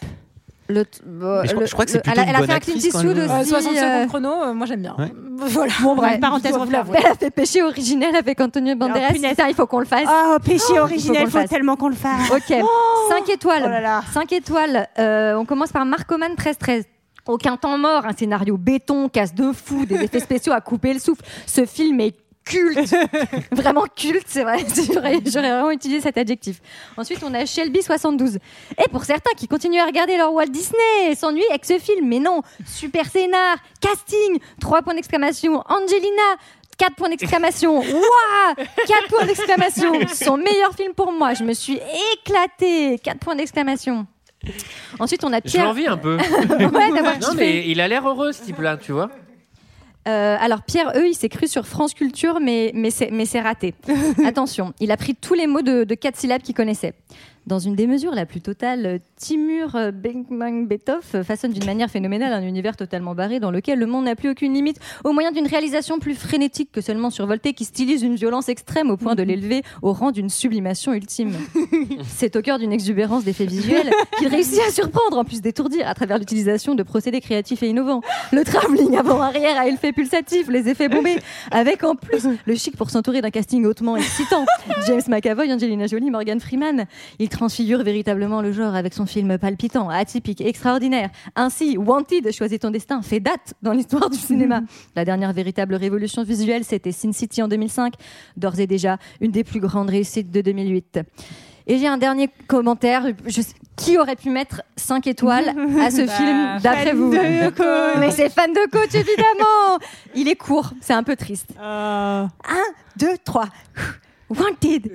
Je crois que c'est plutôt elle a fait un Clint Eastwood aussi. 60 secondes chrono, moi j'aime bien. Ouais. Voilà. Bon, bref, parenthèse. Elle a fait Péché originel avec Antonio Banderas. Ça, il faut qu'on le fasse. Oh, Péché originel, il faut tellement qu'on le fasse. Ok. 5 étoiles. Oh là là. 5 étoiles. On commence par Marcoman 1313. Aucun temps mort, un scénario béton, casse de fou, des effets spéciaux à couper le souffle. Ce film est culte, vraiment culte, c'est vrai. J'aurais vraiment utilisé cet adjectif. Ensuite, on a Shelby 72. Et pour certains qui continuent à regarder leur Walt Disney et s'ennuient avec ce film, mais non, super scénar, casting, 3 points d'exclamation, Angelina, 4 points d'exclamation, waouh, 4 points d'exclamation, son meilleur film pour moi, je me suis éclatée, 4 points d'exclamation. Ensuite, on a Pierre. Je l'envie un peu. Ouais, d'avoir non, mais il a l'air heureux, ce type-là, tu vois. Alors Pierre, il s'est cru sur France Culture, mais c'est raté. Attention, il a pris tous les mots de 4 syllabes qu'il connaissait. Dans une démesure la plus totale, Timur Bekmambetov façonne d'une manière phénoménale un univers totalement barré dans lequel le monde n'a plus aucune limite, au moyen d'une réalisation plus frénétique que seulement survoltée, qui stylise une violence extrême au point de l'élever au rang d'une sublimation ultime. C'est au cœur d'une exubérance d'effets visuels qu'il réussit à surprendre, en plus d'étourdir, à travers l'utilisation de procédés créatifs et innovants. Le travelling avant-arrière à effets pulsatifs, les effets bombés, avec en plus le chic pour s'entourer d'un casting hautement excitant. James McAvoy, Angelina Jolie, Morgan Freeman. Il transfigure véritablement le genre avec son film palpitant, atypique, extraordinaire. Ainsi, Wanted, Choisis ton destin, fait date dans l'histoire du cinéma. La dernière véritable révolution visuelle, c'était Sin City en 2005, d'ores et déjà une des plus grandes réussites de 2008. Et j'ai un dernier commentaire. Qui aurait pu mettre 5 étoiles à ce film d'après vous? Mais c'est fan de coach, évidemment. Il est court, c'est un peu triste. 1, 2, 3. Wanted.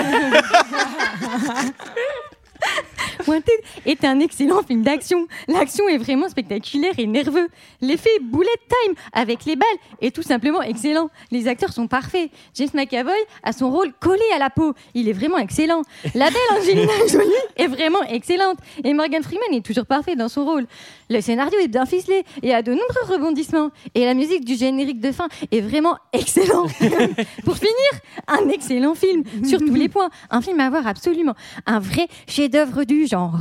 Wanted est un excellent film d'action. L'action est vraiment spectaculaire et nerveux. L'effet bullet time avec les balles est tout simplement excellent. Les acteurs sont parfaits. James McAvoy a son rôle collé à la peau. Il est vraiment excellent. La belle Angelina Jolie est vraiment excellente. Et Morgan Freeman est toujours parfait dans son rôle. Le scénario est bien ficelé et a de nombreux rebondissements. Et la musique du générique de fin est vraiment excellent. Pour finir, un excellent film sur tous les points. Un film à voir absolument. Un vrai chef-d'œuvre du genre.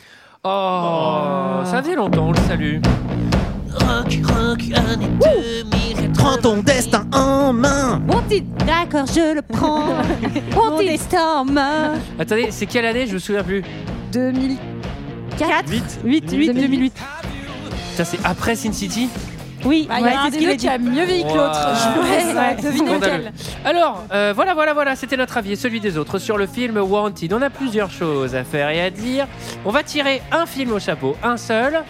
Oh, ça faisait longtemps, on le salue. Rock, année 2000. Prends ton destin en main. Wanted. D'accord, je le prends. Mon destin en main. Attendez, c'est quelle année? Je me souviens plus. 2004. 2008. Ça, c'est après Sin City? Oui, il y a un des deux qui a mieux vieilli que l'autre. Devinez lequel. Alors, voilà, c'était notre avis et celui des autres sur le film Wanted. On a plusieurs choses à faire et à dire. On va tirer un film au chapeau, un seul.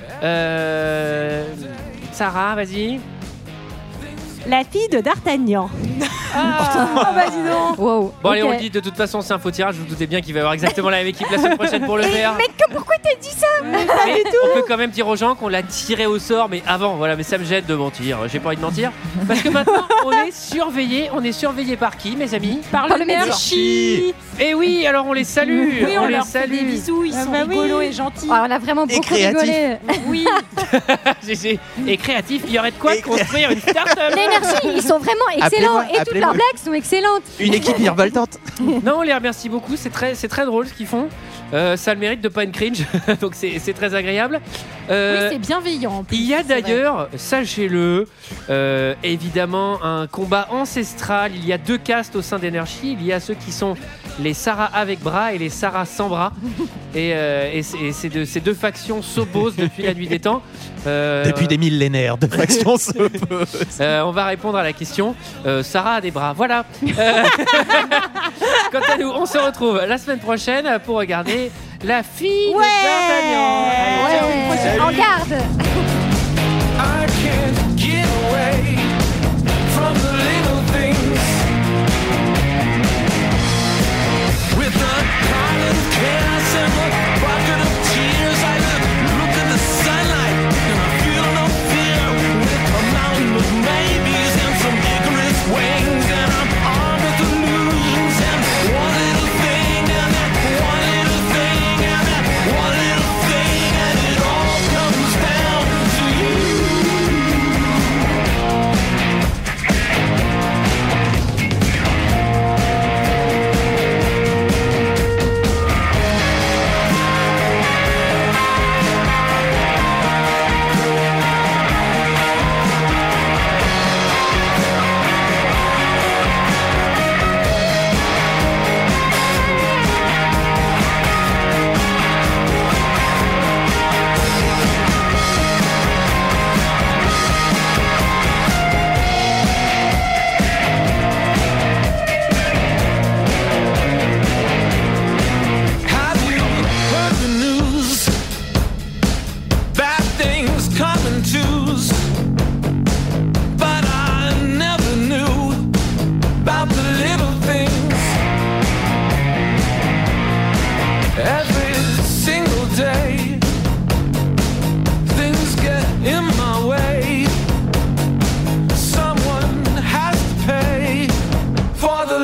Sarah, vas-y. La fille de D'Artagnan. Bah dis donc. Wow. Bon, allez, on le dit, de toute façon, c'est un faux tirage. Vous vous doutez bien qu'il va y avoir exactement la même équipe la semaine prochaine pour le faire. Mais pourquoi t'as dit ça? Mais on peut quand même dire aux gens qu'on l'a tiré au sort, mais avant, voilà, mais ça me gêne de mentir. J'ai pas envie de mentir. Parce que maintenant, on est surveillé. On est surveillé par qui, mes amis? Par le Merci. Et oui, alors on les salue. Oui, on les salue. Des bisous, ils sont rigolos et gentils. On a vraiment beaucoup rigolé. Oui. Et créatif, il y aurait de quoi construire une start-up. L'énergie, ils sont vraiment excellents. Et toutes leurs blagues sont excellentes. Une équipe virevoltante. Non, on les remercie beaucoup. C'est très drôle ce qu'ils font. Ça a le mérite de pas être cringe, donc c'est très agréable. Oui, c'est bienveillant. En plus, il y a d'ailleurs, sachez-le, évidemment un combat ancestral. Il y a 2 castes au sein d'Energy. Il y a ceux qui sont les Sarah avec bras et les Sarah sans bras. Et ces 2 factions s'opposent depuis la nuit des temps. Depuis des millénaires de factions s'opposent. On va répondre à la question. Sarah a des bras. Voilà. Quant à nous, on se retrouve la semaine prochaine pour regarder La fille de D'Artagnan. En garde. I can't get away from the little things. With the kind of chaos and the bucket of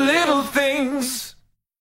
little things.